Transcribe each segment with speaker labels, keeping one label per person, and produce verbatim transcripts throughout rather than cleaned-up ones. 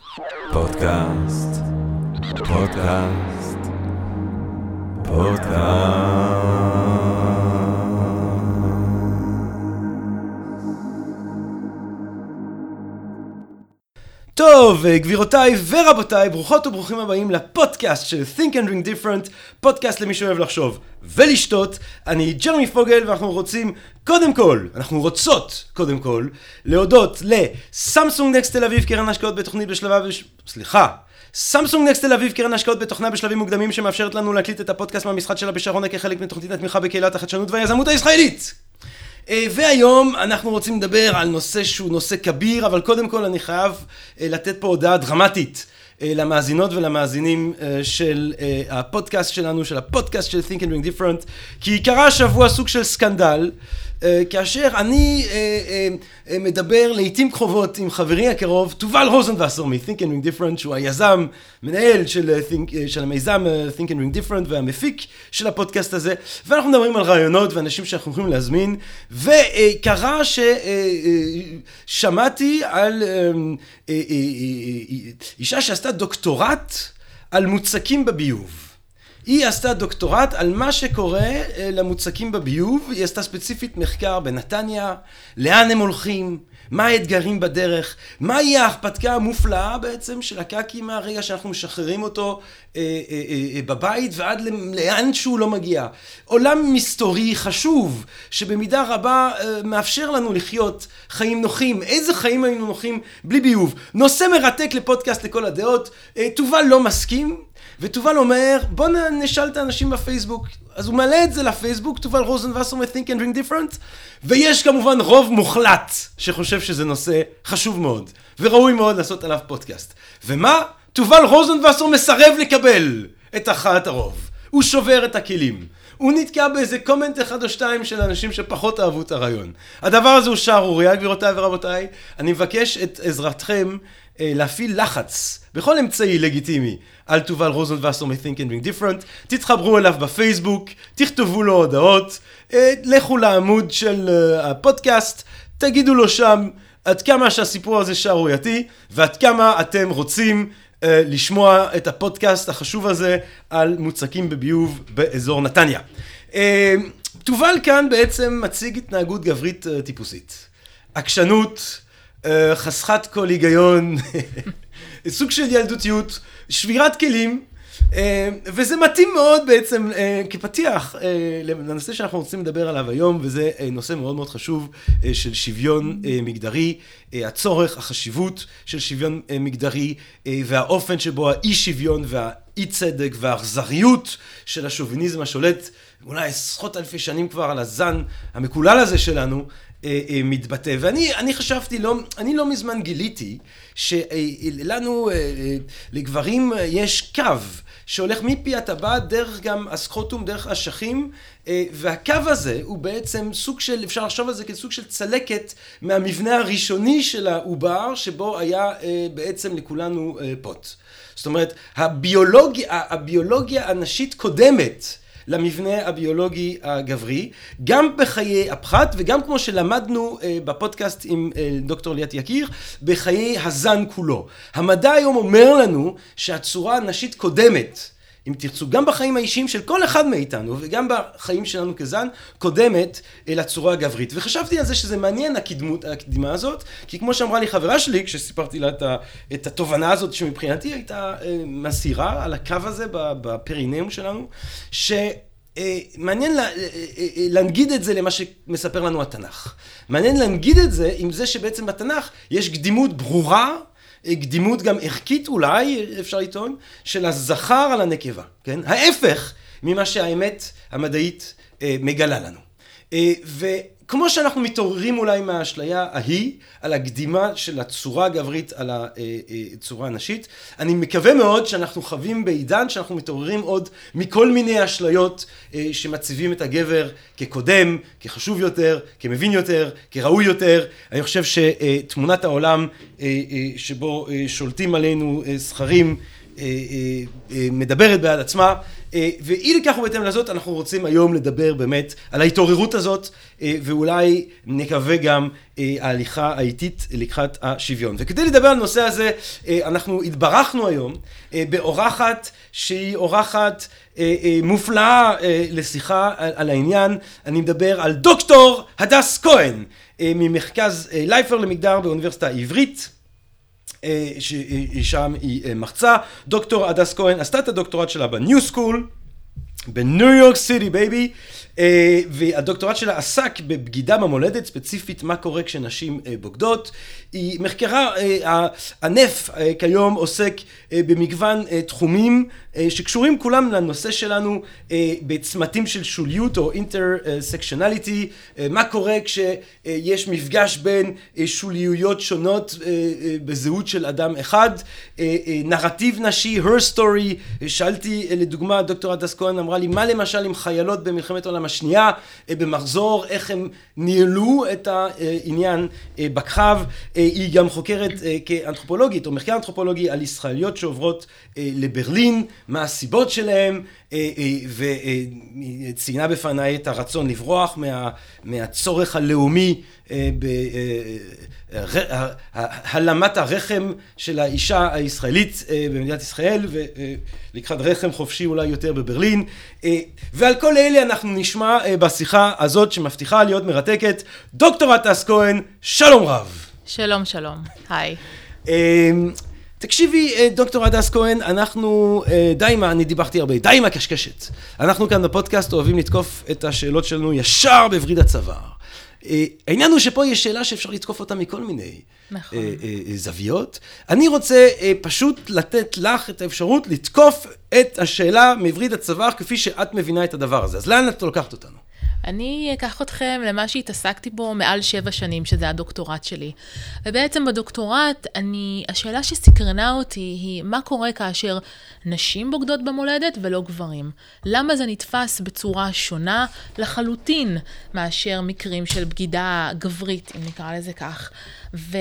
Speaker 1: פודקאסט, פודקאסט, פודקאסט. טוב, גבירותיי ורבותיי, ברוכות וברוכים הבאים לפודקאסט של Think and Drink Different, פודקאסט למי שאוהב לחשוב ולשתות. אני ג'רמי פוגל, ואנחנו רוצים קודם כל, אנחנו רוצות קודם כל, להודות לסמסונג נקסט תל אביב, קרן השקעות בתוכנית בשלבה, בש... סליחה, סמסונג נקסט תל אביב, קרן השקעות בתוכנה בשלבים מוקדמים, שמאפשרת לנו להקליט את הפודקאסט מהמשחד שלה בשרונה כחלק מתוכנית התמיכה בקהילת החדשנות והיזמות הישראלית. והיום אנחנו רוצים לדבר על נושא שהוא נושא כביר, אבל קודם כל אני חייב לתת פה הודעה דרמטית למאזינות ולמאזינים של הפודקאסט שלנו, של הפודקאסט של Think and Drink Different, כי קרה השבוע סוג של סקנדל, כאשר אני מדבר לעתים קרובות עם חברי הקרוב, תובל רוזנווסר מ-Think and Drink Different, שהוא היזם, מנהל של, של המיזם Think and Drink Different והמפיק של הפודקאסט הזה, ואנחנו מדברים על רעיונות ואנשים שאנחנו יכולים להזמין, וקרה ששמעתי על אישה שעשתה דוקטורט על מוצקים בביוב. היא עשתה דוקטורט על מה שקורה למוצקים בביוב, היא עשתה ספציפית מחקר בנתניה, לאן הם הולכים, מה האתגרים בדרך, מהי ההכפתקה המופלאה בעצם של הקקי מהרגע שאנחנו משחררים אותו אה, אה, אה, בבית ועד לאן שהוא לא מגיע. עולם מסתורי חשוב שבמידה רבה אה, מאפשר לנו לחיות חיים נוחים. איזה חיים היינו נוחים בלי ביוב? נושא מרתק לפודקאסט לכל הדעות. אה, תובל לא מסכים. ותובל אומר, בוא נשאל את האנשים בפייסבוק. אז הוא מעלה את זה לפייסבוק, תובל רוזנווסר מ-Think and Drink Different, ויש כמובן רוב מוחלט שחושב שזה נושא חשוב מאוד, וראוי מאוד לעשות עליו פודקאסט. ומה? תובל רוזנווסר מסרב לקבל את הכרעת הרוב. הוא שובר את הכלים. הוא נתקע באיזה קומנט אחד או שתיים של אנשים שפחות אהבו את הרעיון. הדבר הזה הוא שערורייה, גבירותיי ורבותיי. אני מבקש את עזרתכם להפעיל לחץ בכל אמצעי לגיטימי על תובל רוזנווסר מ-Think and Drink Different. תתחברו אליו בפייסבוק, תכתבו לו הודעות, לכו לעמוד של הפודקאסט, תגידו לו שם עד כמה שהסיפור הזה שערורייתי, ועד כמה אתם רוצים לשמוע את הפודקאסט החשוב הזה על מוצקים בביוב באזור נתניה. תובל כאן בעצם מציג התנהגות גברית טיפוסית. עקשנות, חסכת כל היגיון, סוג של ילדותיות, שבירת כלים, וזה מתאים מאוד בעצם כפתיח לנושא שאנחנו רוצים לדבר עליו היום, וזה נושא מאוד מאוד חשוב של שוויון מגדרי, הצורך, החשיבות של שוויון מגדרי, והאופן שבו האי שוויון והאי צדק והאכזריות של השוביניזם השולט, אולי עשרות אלפי שנים כבר על הזן המקולל הזה שלנו, מתבטא. ואני אני חשבתי, לא, אני לא מזמן גיליתי שלנו, לגברים, יש קו שהולך מפי הטבעת דרך גם הסקרוטום, דרך אשכים, והקו הזה הוא בעצם סוג של, אפשר לחשוב על זה כסוג של צלקת מהמבנה הראשוני של העובר, שבו היה בעצם לכולנו פוט. זאת אומרת, הביולוגיה, הביולוגיה הנשית קודמת למבנה הביולוגי הגברי, גם בחיי הפחת וגם כמו שלמדנו בפודקאסט עם דוקטור ליאת יקיר, בחיי הזן כולו. המדע היום אומר לנו שהצורה הנשית קודמת, אם תרצו, גם בחיים האישיים של כל אחד מאיתנו וגם בחיים שלנו כזן, קודמת לצורה הגברית. וחשבתי על זה שזה מעניין הקדמות, הקדימה הזאת, כי כמו שאמרה לי חברה שלי, כשסיפרתי לה את, ה, את התובנה הזאת שמבחינתי הייתה מסירה על הקו הזה בפרינאום שלנו, שמעניין לה, להנגיד את זה למה שמספר לנו התנ"ך. מעניין להנגיד את זה עם זה שבעצם בתנ"ך יש קדימות ברורה, קדימות גם ערכית אולי, אפשר לטעון, של הזכר על הנקבה, כן? ההפך ממה שהאמת המדעית מגלה לנו. וכמו שאנחנו מתעוררים אולי מהאשליה ההיא, על הקדימה של הצורה הגברית על הצורה הנשית, אני מקווה מאוד שאנחנו חווים בעידן שאנחנו מתעוררים עוד מכל מיני אשליות שמציבים את הגבר כקודם, כחשוב יותר, כמבין יותר, כראוי יותר. אני חושב שתמונת העולם שבו שולטים עלינו זכרים מדברת בעד עצמה, ואי לכך ובהתאם לזאת אנחנו רוצים היום לדבר באמת על ההתעוררות הזאת, ואולי נקווה גם ההליכה האיטית לקראת השוויון. וכדי לדבר על הנושא הזה אנחנו התברכנו היום באורחת שהיא אורחת מופלאה לשיחה על העניין. אני מדבר על דוקטור הדס כהן ממרכז לייפר למגדר באוניברסיטה העברית, ששם היא מרצה. דוקטור הדס כהן עשתה את הדוקטורט שלה בניו סקול בניו יורק סיטי בייבי, והדוקטורט שלה עסק בבגידה במולדת, ספציפית מה קורה כשנשים בוגדות. היא מחקרה, הענף כיום עוסק במגוון תחומים שקשורים כולם לנושא שלנו בצמתים של שוליות או אינטרסקשנליטי, מה קורה כשיש מפגש בין שוליויות שונות בזהות של אדם אחד, נרטיב נשי, her story. שאלתי לדוגמה, דוקטור הדס כהן אמרה לי, מה למשל עם חיילות במלחמת העולם השנייה במחזור, איך הם ניהלו את העניין בקרב. היא גם חוקרת כאנתרופולוגית או מחקר אנתרופולוגי על ישראליות שעוברות לברלין, מה הסיבות שלהם, וציינה בפניי את הרצון לברוח מה, מהצורך הלאומי בהלמת הרחם של האישה הישראלית במדינת ישראל, ולקחת רחם חופשי אולי יותר בברלין. ועל כל אלה אנחנו נשמע בשיחה הזאת שמבטיחה להיות מרתקת. דוקטור הדס כהן, שלום רב.
Speaker 2: שלום שלום, היי.
Speaker 1: תקשיבי דוקטור הדס כהן, אנחנו די מה, אני דיברתי הרבה, די מה קשקשת. אנחנו כאן בפודקאסט אוהבים לתקוף את השאלות שלנו ישר בווריד הצוואר. העניין הוא שפה יש שאלה שאפשר לתקוף אותה מכל מיני נכון. זוויות. אני רוצה פשוט לתת לך את האפשרות לתקוף את השאלה מווריד הצוואר כפי שאת מבינה את הדבר הזה. אז לאן את לוקחת אותנו?
Speaker 2: אני אקח אתכם למה שהתעסקתי בו מעל שבע שנים, שזה הדוקטורט שלי. ובעצם בדוקטורט, אני, השאלה שסקרנה אותי היא, מה קורה כאשר נשים בוגדות במולדת ולא גברים? למה זה נתפס בצורה שונה לחלוטין מאשר מקרים של בגידה גברית, אם נקרא לזה כך? ו...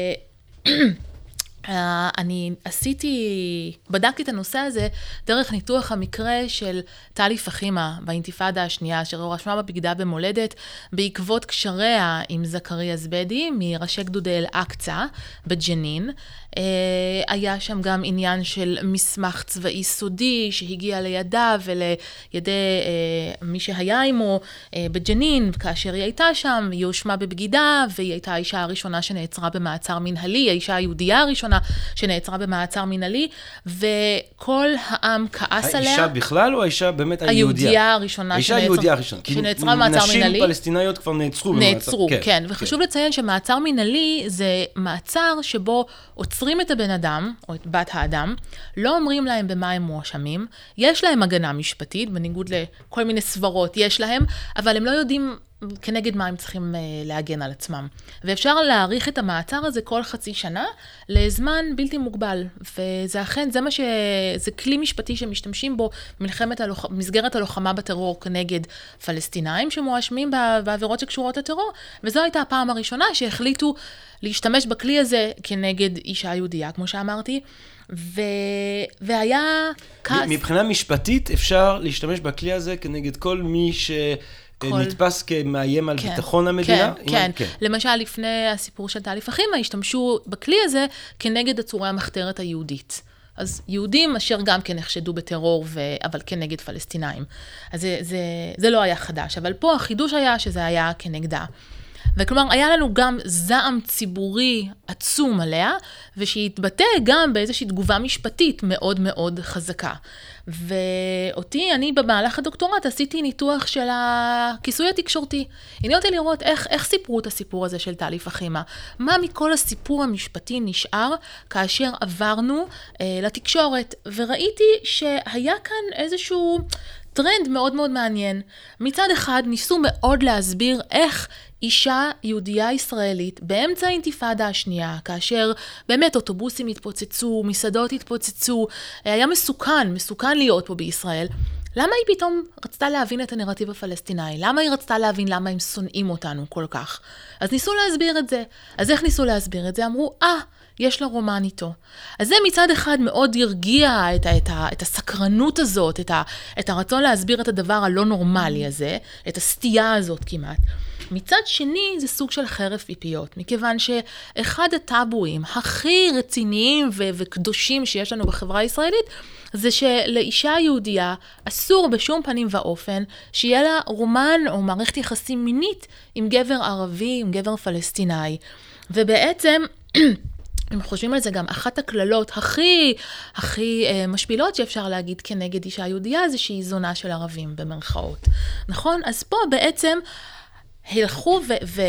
Speaker 2: Uh, אני עשיתי, בדקתי את הנושא הזה דרך ניתוח המקרה של טלי פחימה באינתיפאדה השנייה, אשר הואשמה בבגידה במולדת בעקבות קשריה עם זכריה זבדי מראשי גדודי אל-אקצא בג'נין. Uh, היה שם גם עניין של מסמך צבאי סודי שהגיע לידיו ולידי uh, מי שהיה עמו uh, בג'נין, כאשר היא הייתה שם, היא הואשמה בבגידה, והיא הייתה האישה הראשונה שנעצרה במעצר מנהלי, האישה היהודייה הראשונה שנעצרה במעצר מנהלי, וכל העם כעס עליה.
Speaker 1: האישה בכלל או האישה באמת היהודיה?
Speaker 2: היהודיה הראשונה
Speaker 1: האישה היהודיה הראשונה.
Speaker 2: שנעצרה במעצר מנהלי.
Speaker 1: נשים פלסטיניות כבר נעצרו במעצר.
Speaker 2: נעצרו, כן. כן. וחשוב כן. לציין שמעצר מנהלי זה מעצר שבו עוצרים את הבן אדם, או את בת האדם, לא אומרים להם במה הם מואשמים, יש להם הגנה משפטית, בניגוד לכל מיני סברות יש להם, אבל הם לא יודעים כנגד מה הם צריכים להגן על עצמם. ואפשר להאריך את המעצר הזה כל חצי שנה לזמן בלתי מוגבל. וזה אכן, זה מה ש... זה כלי משפטי שמשתמשים בו במלחמת הלוח... מסגרת הלוחמה בטרור כנגד פלסטינאים שמואשמים בעבירות שקשורות לטרור. וזו הייתה הפעם הראשונה שהחליטו להשתמש בכלי הזה כנגד אישה יהודייה, כמו שאמרתי. ו... והיה כעס.
Speaker 1: מבחינה משפטית אפשר להשתמש בכלי הזה כנגד כל מי ש... כל... נתפס כמאיים על כן, ביטחון המדינה?
Speaker 2: כן, כן. כן. למשל, לפני הסיפור של טלי פחימה, השתמשו בכלי הזה כנגד עצורי המחתרת היהודית. אז יהודים אשר גם כן נחשדו בטרור, ו... אבל כנגד פלסטינאים. אז זה, זה, זה לא היה חדש, אבל פה החידוש היה שזה היה כנגדה. וכלומר, היה לנו גם זעם ציבורי עצום עליה, ושהתבטא גם באיזושהי תגובה משפטית מאוד מאוד חזקה. ואותי, אני במהלך הדוקטורט עשיתי ניתוח של הכיסוי התקשורתי. עניין אותי לראות איך, איך סיפרו את הסיפור הזה של טלי פחימה. מה מכל הסיפור המשפטי נשאר כאשר עברנו אה, לתקשורת. וראיתי שהיה כאן איזשהו טרנד מאוד מאוד מעניין. מצד אחד ניסו מאוד להסביר איך אישה יהודייה ישראלית באמצע האינתיפאדה השנייה, כאשר באמת אוטובוסים התפוצצו, מסעדות התפוצצו, היה מסוכן, מסוכן להיות פה בישראל. למה היא פתאום רצתה להבין את הנרטיב הפלסטיני? למה היא רצתה להבין למה הם שונאים אותנו כל כך? אז ניסו להסביר את זה. אז איך ניסו להסביר את זה? אמרו, אה, יש לה רומן איתו. אז זה מצד אחד מאוד הרגיע את, ה, את, ה, את הסקרנות הזאת, את, ה, את הרצון להסביר את הדבר הלא נורמלי הזה, את הסטייה הזאת כמעט. מצד שני, זה סוג של חרב פיפיות, מכיוון שאחד הטאבואים הכי רציניים ו- וקדושים שיש לנו בחברה הישראלית, זה שלאישה יהודייה אסור בשום פנים ואופן שיהיה לה רומן או מערכת יחסים מינית עם גבר ערבי, עם גבר פלסטיני. ובעצם, אם חושבים על זה גם, אחת הכללות הכי, הכי אה, משפילות שאפשר להגיד כנגד אישה יהודייה, זה שהיא זונה של ערבים במרכאות. נכון? אז פה בעצם הלכו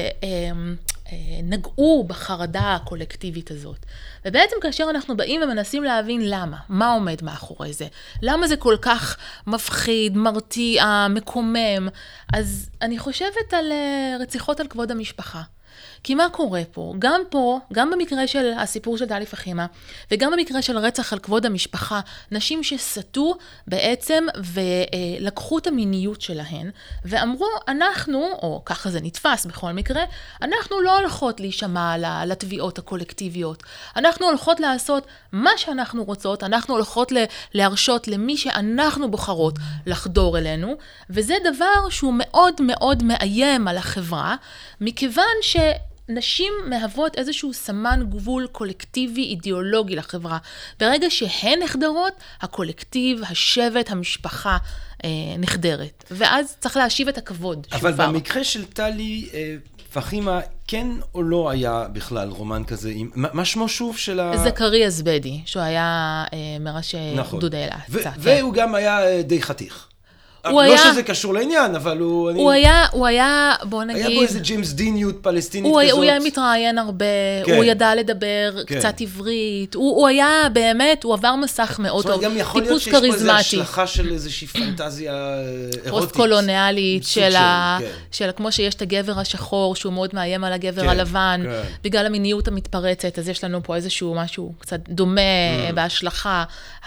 Speaker 2: ונגעו בחרדה הקולקטיבית הזאת. ובעצם כאשר אנחנו באים ומנסים להבין למה, מה עומד מאחורי זה, למה זה כל כך מפחיד, מרתיע, מקומם, אז אני חושבת על רציחות על כבוד המשפחה. כי מה קורה פה? גם פה, גם במקרה של הסיפור של טלי פחימה, וגם במקרה של רצח על כבוד המשפחה, נשים שסתו בעצם ולקחו את המיניות שלהן, ואמרו, אנחנו, או ככה זה נתפס בכל מקרה, אנחנו לא הולכות להישמע לתביעות הקולקטיביות. אנחנו הולכות לעשות מה שאנחנו רוצות, אנחנו הולכות להרשות למי שאנחנו בוחרות לחדור אלינו, וזה דבר שהוא מאוד מאוד מאיים על החברה, מכיוון ש... נשים מהוות איזשהו סמן גבול קולקטיבי אידיאולוגי לחברה. ברגע שהן נחדרות, הקולקטיב, השבט, המשפחה אה, נחדרת. ואז צריך להשיב את הכבוד.
Speaker 1: אבל
Speaker 2: שופר.
Speaker 1: במקרה של טלי אה, פחימה, כן או לא היה בכלל רומן כזה? עם, מה שמו שוב של ה...
Speaker 2: זכריה זבדי, שהוא היה אה, מראשי
Speaker 1: נכון.
Speaker 2: גדוד אילת.
Speaker 1: ו-
Speaker 2: כן.
Speaker 1: והוא גם היה אה, די חתיך. לא
Speaker 2: היה,
Speaker 1: שזה קשור לעניין, אבל הוא...
Speaker 2: הוא, אני, היה, הוא היה, בוא נגיד...
Speaker 1: היה בו איזה ג'יימס דיניות פלסטינית
Speaker 2: הוא,
Speaker 1: כזאת.
Speaker 2: הוא היה מתראיין הרבה,
Speaker 1: כן.
Speaker 2: הוא ידע לדבר כן. קצת עברית, הוא, הוא היה באמת, הוא עבר מסך מאוד טוב, טיפוס כריזמטי.
Speaker 1: גם יכול להיות שיש פה איזו השלכה של איזושהי פנטזיה אירוטית.
Speaker 2: פוסט-קולוניאלית, של, ה...
Speaker 1: כן.
Speaker 2: של כמו שיש את הגבר השחור, שהוא מאוד מאיים על הגבר
Speaker 1: כן,
Speaker 2: הלבן,
Speaker 1: כן.
Speaker 2: בגלל המיניות המתפרצת, אז יש לנו פה איזשהו משהו קצת דומה mm. בהשלכה,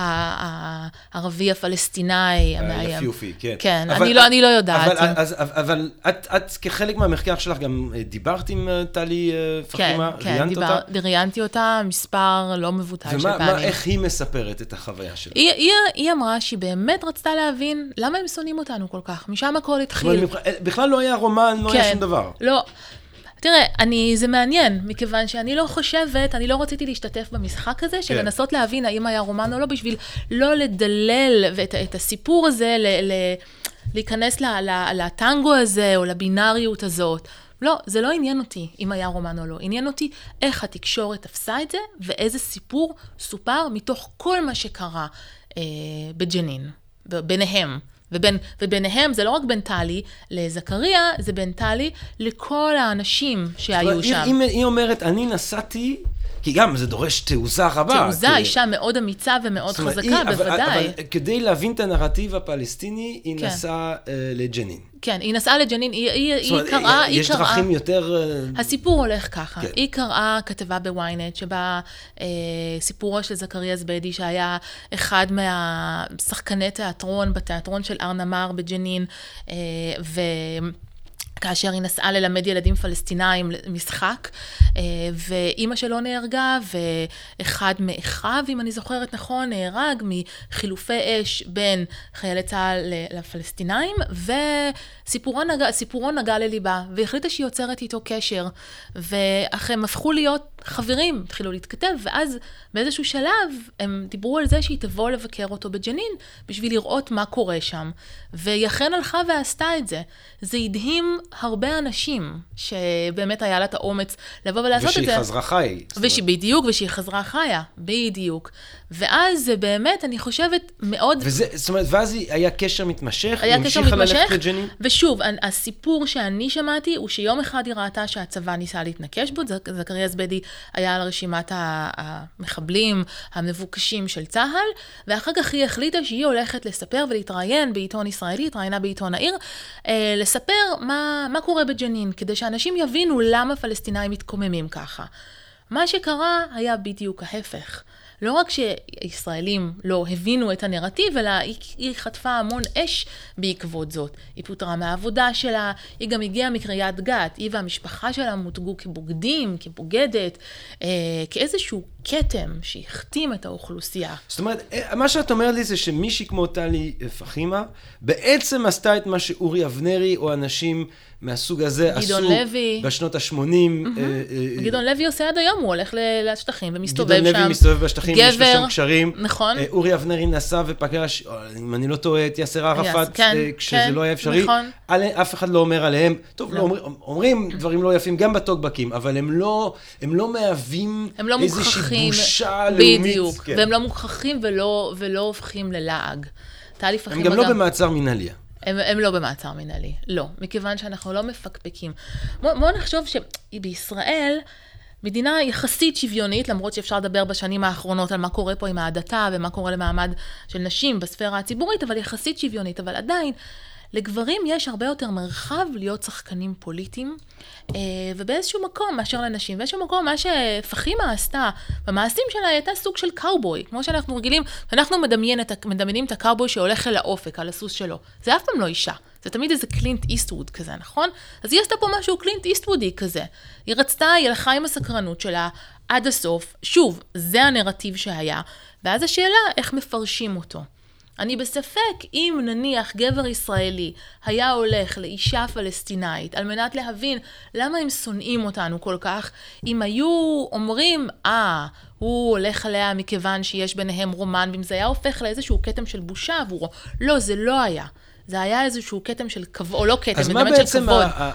Speaker 2: הערבי הפלסטיני, המאיים.
Speaker 1: יפיופי, כן.
Speaker 2: כן,
Speaker 1: אבל,
Speaker 2: אני, לא, אני לא יודעת.
Speaker 1: אבל, אז, אבל את, את כחלק מהמחקר שלך גם דיברת עם טלי פחימה,
Speaker 2: כן,
Speaker 1: ראיינת
Speaker 2: כן,
Speaker 1: אותה?
Speaker 2: ראיינתי אותה, מספר לא מבוטל של פעמים.
Speaker 1: ומה, איך היא מספרת את החוויה שלה?
Speaker 2: היא, היא, היא אמרה שהיא באמת רצתה להבין למה הם שונאים אותנו כל כך, משם הכל התחיל.
Speaker 1: בכלל לא היה רומן, לא
Speaker 2: כן,
Speaker 1: היה שום דבר.
Speaker 2: לא. תראה, אני, זה מעניין, מכיוון שאני לא חושבת, אני לא רציתי להשתתף במשחק הזה, של לנסות להבין האם היה רומן או לא, בשביל לא לדלל את, את הסיפור הזה, ל, ל, להיכנס לטנגו הזה, או לבינאריות הזאת. לא, זה לא עניין אותי אם היה רומן או לא. עניין אותי איך התקשורת תפסה את זה, ואיזה סיפור סופר מתוך כל מה שקרה אה, בג'נין, ביניהם. ובין, וביניהם, זה לא רק בין טלי לזכריה, זה בין טלי לכל האנשים שהיו שם.
Speaker 1: היא, היא אומרת, אני נסעתי, כי גם זה דורש תעוזה רבה.
Speaker 2: תעוזה, כי... אישה מאוד אמיצה ומאוד חזקה, היא, בוודאי.
Speaker 1: אבל, אבל כדי להבין את הנרטיב הפלסטיני, היא כן. נסעה uh, לג'נין.
Speaker 2: כן, היא נסעה לג'נין, היא, היא, היא
Speaker 1: אומרת,
Speaker 2: קראה...
Speaker 1: יש
Speaker 2: היא
Speaker 1: דרכים
Speaker 2: קראה,
Speaker 1: יותר...
Speaker 2: הסיפור הולך ככה.
Speaker 1: כן.
Speaker 2: היא קראה כתבה בוויינט, שבה אה, סיפורו של זכריה זבדי, שהיה אחד מהשחקני תיאטרון, בתיאטרון של ארנמר בג'נין, אה, ו... כאשר היא נסעה ללמד ילדים פלסטינאים משחק, ואימא שלו נהרגה, ואחד מאחיו, אם אני זוכרת נכון, נהרג מחילופי אש בין חיילי צה"ל לפלסטינאים, וסיפורו נגע, סיפורו נגע לליבה, והחליטה שהיא יוצרת איתו קשר, ואך הם הפכו להיות חברים, התחילו להתכתב, ואז באיזשהו שלב הם דיברו על זה שהיא תבוא לבקר אותו בג'נין, בשביל לראות מה קורה שם, והיא אכן הלכה ועשתה את זה. זה הדהים הרבה אנשים שבאמת היה לה את האומץ לבוא ולעשות את זה.
Speaker 1: ושהיא חזרה חי.
Speaker 2: ושהיא בדיוק, ושהיא חזרה חיה, בדיוק. ואז זה באמת, אני חושבת, מאוד...
Speaker 1: וזה, זאת אומרת, ואז היה קשר מתמשך,
Speaker 2: היה קשר מתמשך,
Speaker 1: לג'נין?
Speaker 2: ושוב, הסיפור שאני שמעתי הוא שיום אחד היא ראתה שהצבא ניסה להתנקש בו, זכריה זבדי היה על רשימת המחבלים המבוקשים של צה"ל, ואחר כך היא החליטה שהיא הולכת לספר ולהתראיין בעיתון ישראלי, התראיינה בעיתון העיר, לספר מה, מה קורה בג'נין, כדי שאנשים יבינו למה פלסטינאים מתקוממים ככה. מה שקרה היה בדיוק ההפך. לא רק שישראלים לא הבינו את הנרטיב, אלא היא, היא חטפה המון אש בעקבות זאת. היא פוטרה מהעבודה שלה, היא גם הגיעה מקריית גת, היא והמשפחה שלה מותגו כבוגדים, כבוגדת, אה, כאיזשהו קטם שהחתים את האוכלוסייה.
Speaker 1: זאת אומרת, מה שאת אומרת לי זה שמישהי כמו טלי פחימה, בעצם עשתה את מה שאורי אבנרי או אנשים מהסוג הזה עשו בשנות ה-שמונים.
Speaker 2: גדעון לוי עושה עד היום, הוא הולך לשטחים ומסתובב שם.
Speaker 1: גדעון לוי מסתובב בשטחים, יש לו שם קשרים.
Speaker 2: נכון.
Speaker 1: אורי אבנרי נסע ופגש, אם אני לא טועה, את יאסר ערפאת, כשזה לא היה אפשרי. אף אחד לא אומר עליהם, טוב, אומרים דברים לא יפים גם בטוקבקים, אבל הם לא מהווים איזושהי בושה לאומית.
Speaker 2: בדיוק, והם לא מוכחים ולא הופכים ללעג.
Speaker 1: הם גם לא במעצר מנהלי.
Speaker 2: הם, הם לא במעצר מנהלי, לא, מכיוון שאנחנו לא מפקפקים. בוא, בוא נחשוב שבישראל, מדינה יחסית שוויונית, למרות שאפשר לדבר בשנים האחרונות על מה קורה פה עם העדתה, ומה קורה למעמד של נשים בספירה הציבורית, אבל יחסית שוויונית, אבל עדיין, לגברים יש הרבה יותר מרחב להיות שחקנים פוליטיים, ובאיזשהו מקום מאשר לנשים, באיזשהו מקום מה שפחימה עשתה, במעשים שלה הייתה סוג של קאובוי, כמו שאנחנו רגילים, ואנחנו מדמיין את, מדמיינים את הקאובוי שהולך אל האופק, על הסוס שלו. זה אף פעם לא אישה, זה תמיד איזה קלינט איסטווד כזה, נכון? אז היא עשתה פה משהו קלינט איסטוודי כזה. היא רצתה, היא הלכה עם הסקרנות שלה עד הסוף, שוב, זה הנרטיב שהיה, ואז השאלה איך מפרשים אותו. אני בספק אם נניח גבר ישראלי היה הולך לאישה פלסטינאית על מנת להבין למה הם שונאים אותנו כל כך, אם היו אומרים, אה, הוא הולך עליה מכיוון שיש ביניהם רומן, ואם זה היה הופך לאיזשהו קטם של בושה עבורו. לא, זה לא היה. זה היה איזשהו קטם של כבוד, או לא קטם,
Speaker 1: אז מה בעצם,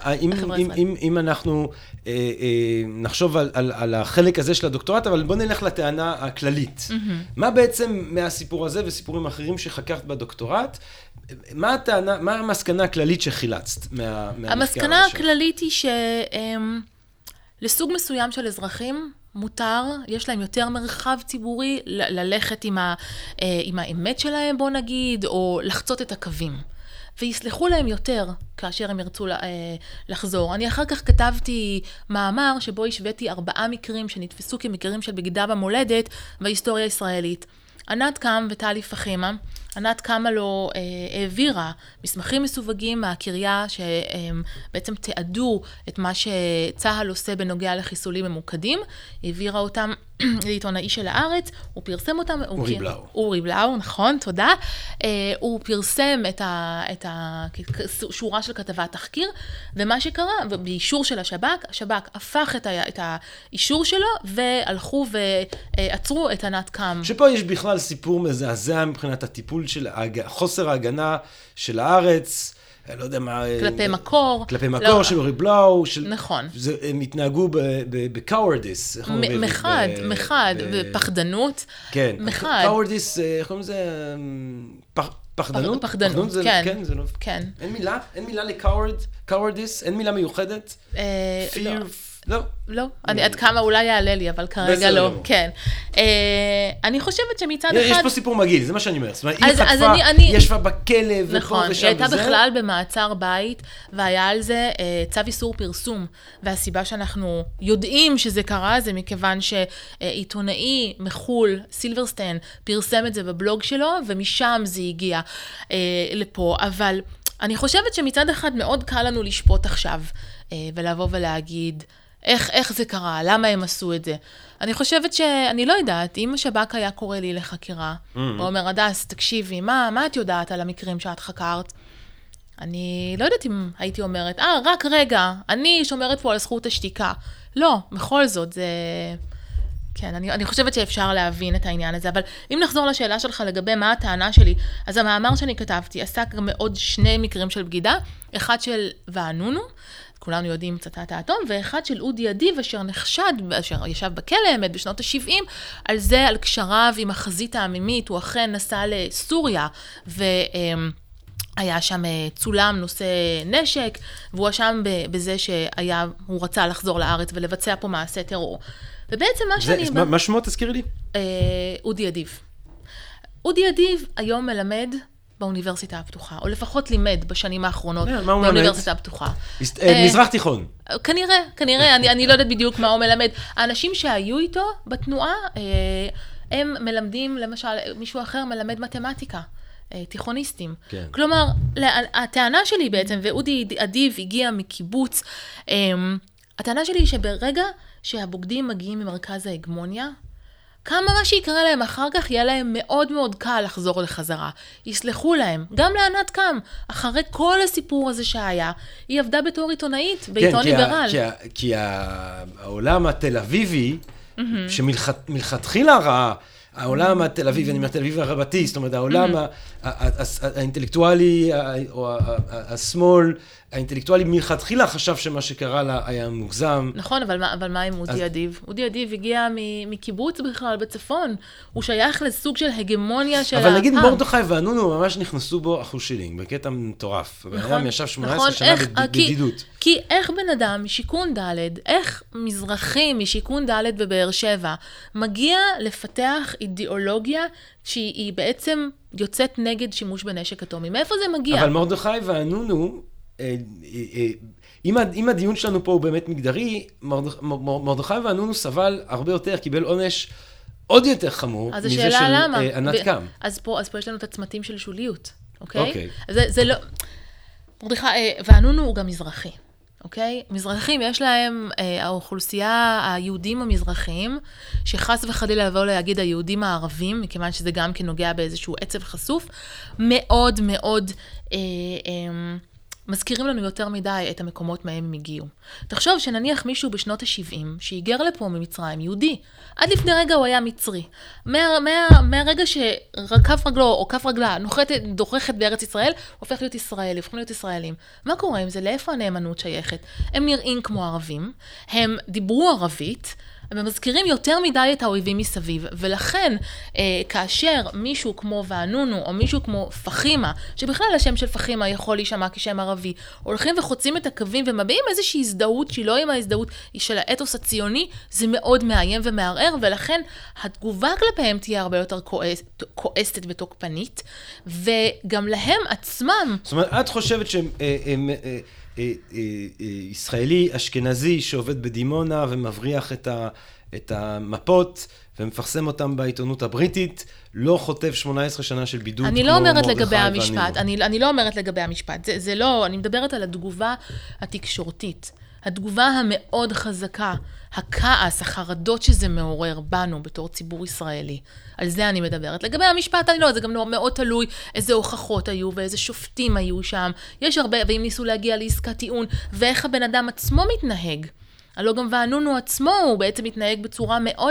Speaker 1: אם אנחנו נחשוב על החלק הזה של הדוקטורט, אבל בוא נלך לטענה הכללית. מה בעצם מהסיפור הזה וסיפורים אחרים שחקרת בדוקטורט, מה הטענה, מה המסקנה הכללית שחילצת מהמחקר?
Speaker 2: המסקנה הכללית היא שלסוג מסוים של אזרחים, מותר, יש להם יותר מרחב ציבורי ללכת עם, ה, עם האמת שלהם, בוא נגיד, או לחצות את הקווים. ויסלחו להם יותר כאשר הם ירצו לחזור. אני אחר כך כתבתי מאמר שבו השוויתי ארבעה מקרים שנתפסו כמקרים של בגידה במולדת בהיסטוריה הישראלית. ענת קם וטלי פחימה, ענת קמה לו אה, העבירה מסמכים מסווגים מהקריה שבעצם תיעדו את מה שצהל עושה בנוגע לחיסולים ממוקדים, העבירה אותם לעיתונאי של הארץ, הוא פרסם אותם,
Speaker 1: אורי
Speaker 2: הוא,
Speaker 1: בלאו.
Speaker 2: אורי בלאו, נכון, תודה. אה, הוא פרסם את ה, את השורה של כתבת תחקיר, ומה שקרה, באישור של השב"כ, השב"כ הפך את, ה, את האישור שלו, והלכו ועצרו את ענת קם.
Speaker 1: שפה יש בכלל סיפור מזעזע מבחינת הטיפול של חוסר ההגנה של הארץ, לא יודע מה...
Speaker 2: כלפי מקור.
Speaker 1: כלפי מקור, של אורי בלאו.
Speaker 2: נכון.
Speaker 1: הם התנהגו בקאוורדיס.
Speaker 2: מחד, מחד, בפחדנות.
Speaker 1: כן.
Speaker 2: מחד.
Speaker 1: קאוורדיס, איך קוראים לזה? פחדנות?
Speaker 2: פחדנות, כן.
Speaker 1: כן, זה לא...
Speaker 2: כן.
Speaker 1: אין מילה? אין מילה לקאוורדיס? אין מילה מיוחדת?
Speaker 2: fear...
Speaker 1: לא.
Speaker 2: לא, אני עד כמה אולי יעלה לי, אבל כרגע לא. כן. אני חושבת שמצד אחד...
Speaker 1: יש פה סיפור מגעיל, זה מה שאני אומר. זאת אומרת, היא חטפה, היא ישבה בכלא, ופה ושם וזה.
Speaker 2: היא הייתה בכלל במעצר בית, והיה על זה צו איסור פרסום. והסיבה שאנחנו יודעים שזה קרה, זה מכיוון שעיתונאי מחול, סילברסטיין, פרסם את זה בבלוג שלו, ומשם זה הגיע לפה. אבל אני חושבת שמצד אחד מאוד קל לנו לשפוט עכשיו, ולבוא ולהגיד, איך, איך זה קרה? למה הם עשו את זה? אני חושבת שאני לא יודעת, אם השב"כ היה קורא לי לחקירה, mm-hmm. הוא אומר, הדס, תקשיבי, מה, מה את יודעת על המקרים שאת חקרת? אני לא יודעת אם הייתי אומרת, אה, רק רגע, אני שומרת פה על זכות השתיקה. לא, בכל זאת, זה... כן, אני, אני חושבת שאפשר להבין את העניין הזה, אבל אם נחזור לשאלה שלך לגבי מה הטענה שלי, אז המאמר שאני כתבתי עסק גם מעוד שני מקרים של בגידה, אחד של וענונו, כולנו יודעים פצצת האטום, ואחד של אודי אדיב, אשר נחשד, אשר ישב בכלא, עמד בשנות ה-שבעים, על זה, על קשריו עם החזית העמימית, הוא אכן נסע לסוריה, והיה שם צולם נושא נשק, והוא שם בזה שהיה, הוא רצה לחזור לארץ ולבצע פה מעשה טרור. ובעצם מה שאני...
Speaker 1: זה, מה שמו, תזכירי לי?
Speaker 2: אודי אדיב. אודי אדיב היום מלמד באוניברסיטה הפתוחה, או לפחות לימד בשנים האחרונות באוניברסיטה הפתוחה.
Speaker 1: מזרח תיכון.
Speaker 2: כנראה, כנראה, אני לא יודעת בדיוק מה הוא מלמד. האנשים שהיו איתו בתנועה, הם מלמדים, למשל, מישהו אחר מלמד מתמטיקה. תיכוניסטים.
Speaker 1: כן.
Speaker 2: כלומר, הטענה שלי בעצם, ואודי אדיב הגיע מקיבוץ, הטענה שלי היא שברגע שהבוגדים מגיעים ממרכז ההגמוניה, כמה מה שיקרה להם אחר כך יהיה להם מאוד מאוד קל לחזור לחזרה. יסלחו להם. גם לענת קם, אחרי כל הסיפור הזה שהיה, היא עבדה בתור עיתונאית, בעיתון ליברל.
Speaker 1: כן, כי, כי העולם התל אביבי, שמלכתחילה ראה, העולם התל אביבי, אני אומר תל אביבי הרבתי, זאת אומרת, העולם האינטלקטואלי, או השמאל, האינטלקטואלי מלכתחילה חשב שמה שקרה לה היה מוגזם.
Speaker 2: נכון, אבל מה, אבל מה עם אודי אדיב? אודי אדיב הגיע מקיבוץ בכלל בצפון. הוא שייך לסוג של הגמוניה של
Speaker 1: אבל נגיד מרדכי ואנונו ממש נכנסו בו אחושילינג, בקטע מטורף.
Speaker 2: נכון.
Speaker 1: הוא ישב שמונה עשרה שנה בדידות.
Speaker 2: כי איך בן אדם משיקון ד', איך מזרחי משיקון ד' בבאר שבע, מגיע לפתח אידיאולוגיה שהיא בעצם יוצאת נגד שימוש בנשק אטומי. מאיפה זה מגיע?
Speaker 1: אבל מרדכי ואנונו, אם הדיון שלנו פה הוא באמת מגדרי, מרדכי ואנונו סבל הרבה יותר, קיבל עונש עוד יותר חמור מזה של ענת קם.
Speaker 2: אז פה יש לנו את הצמתים של שוליות, אוקיי? זה לא... מרדכי ואנונו הוא גם מזרחי, אוקיי? מזרחים, יש להם, האוכלוסייה, היהודים המזרחיים, שחס וחלילה לבוא להגיד היהודים הערבים, מכיוון שזה גם כנוגע באיזשהו עצב חשוף, מאוד מאוד... מזכירים לנו יותר מדי את המקומות מהם הם הגיעו. תחשוב שנניח מישהו בשנות ה-שבעים, שהיגר לפה ממצרים, יהודי, עד לפני רגע הוא היה מצרי. מה, מה, מהרגע שכף רגלו או כף רגלה נוחתת, דורכת בארץ ישראל, הוא הופך להיות ישראלי, הופכים להיות ישראלים. מה קורה עם זה? לאיפה הנאמנות שייכת? הם נראים כמו ערבים, הם דיברו ערבית, הם מזכירים יותר מדי את האויבים מסביב, ולכן אה, כאשר מישהו כמו ואנונו, או מישהו כמו פחימה, שבכלל השם של פחימה יכול להישמע כשם ערבי, הולכים וחוצים את הקווים ומביעים איזושהי הזדהות שהיא לא עם ההזדהות, היא של האתוס הציוני, זה מאוד מאיים ומערער, ולכן התגובה כלפיהם תהיה הרבה יותר כועס, כועסת ותוקפנית, וגם להם עצמם...
Speaker 1: זאת אומרת, את חושבת שהם... ישראלי אשכנזי שעובד בדימונה ומבריח את, ה, את המפות ומפרסם אותם בעיתונות הבריטית, לא חוטף שמונה עשרה שנה של בידוד כמו מרדכי ואנונו.
Speaker 2: אני לא אומרת לגבי המשפט, אני, אני לא אומרת לגבי המשפט, זה, זה לא, אני מדברת על התגובה התקשורתית, התגובה המאוד חזקה, הכעס, החרדות שזה מעורר בנו בתור ציבור ישראלי. על זה אני מדברת. לגבי המשפט, אני לא, זה גם מאוד תלוי איזה הוכחות היו ואיזה שופטים היו שם. יש הרבה, ואם ניסו להגיע לעסקת טיעון, ואיך הבן אדם עצמו מתנהג. הלא גם ואנונו עצמו, הוא בעצם מתנהג בצורה מאוד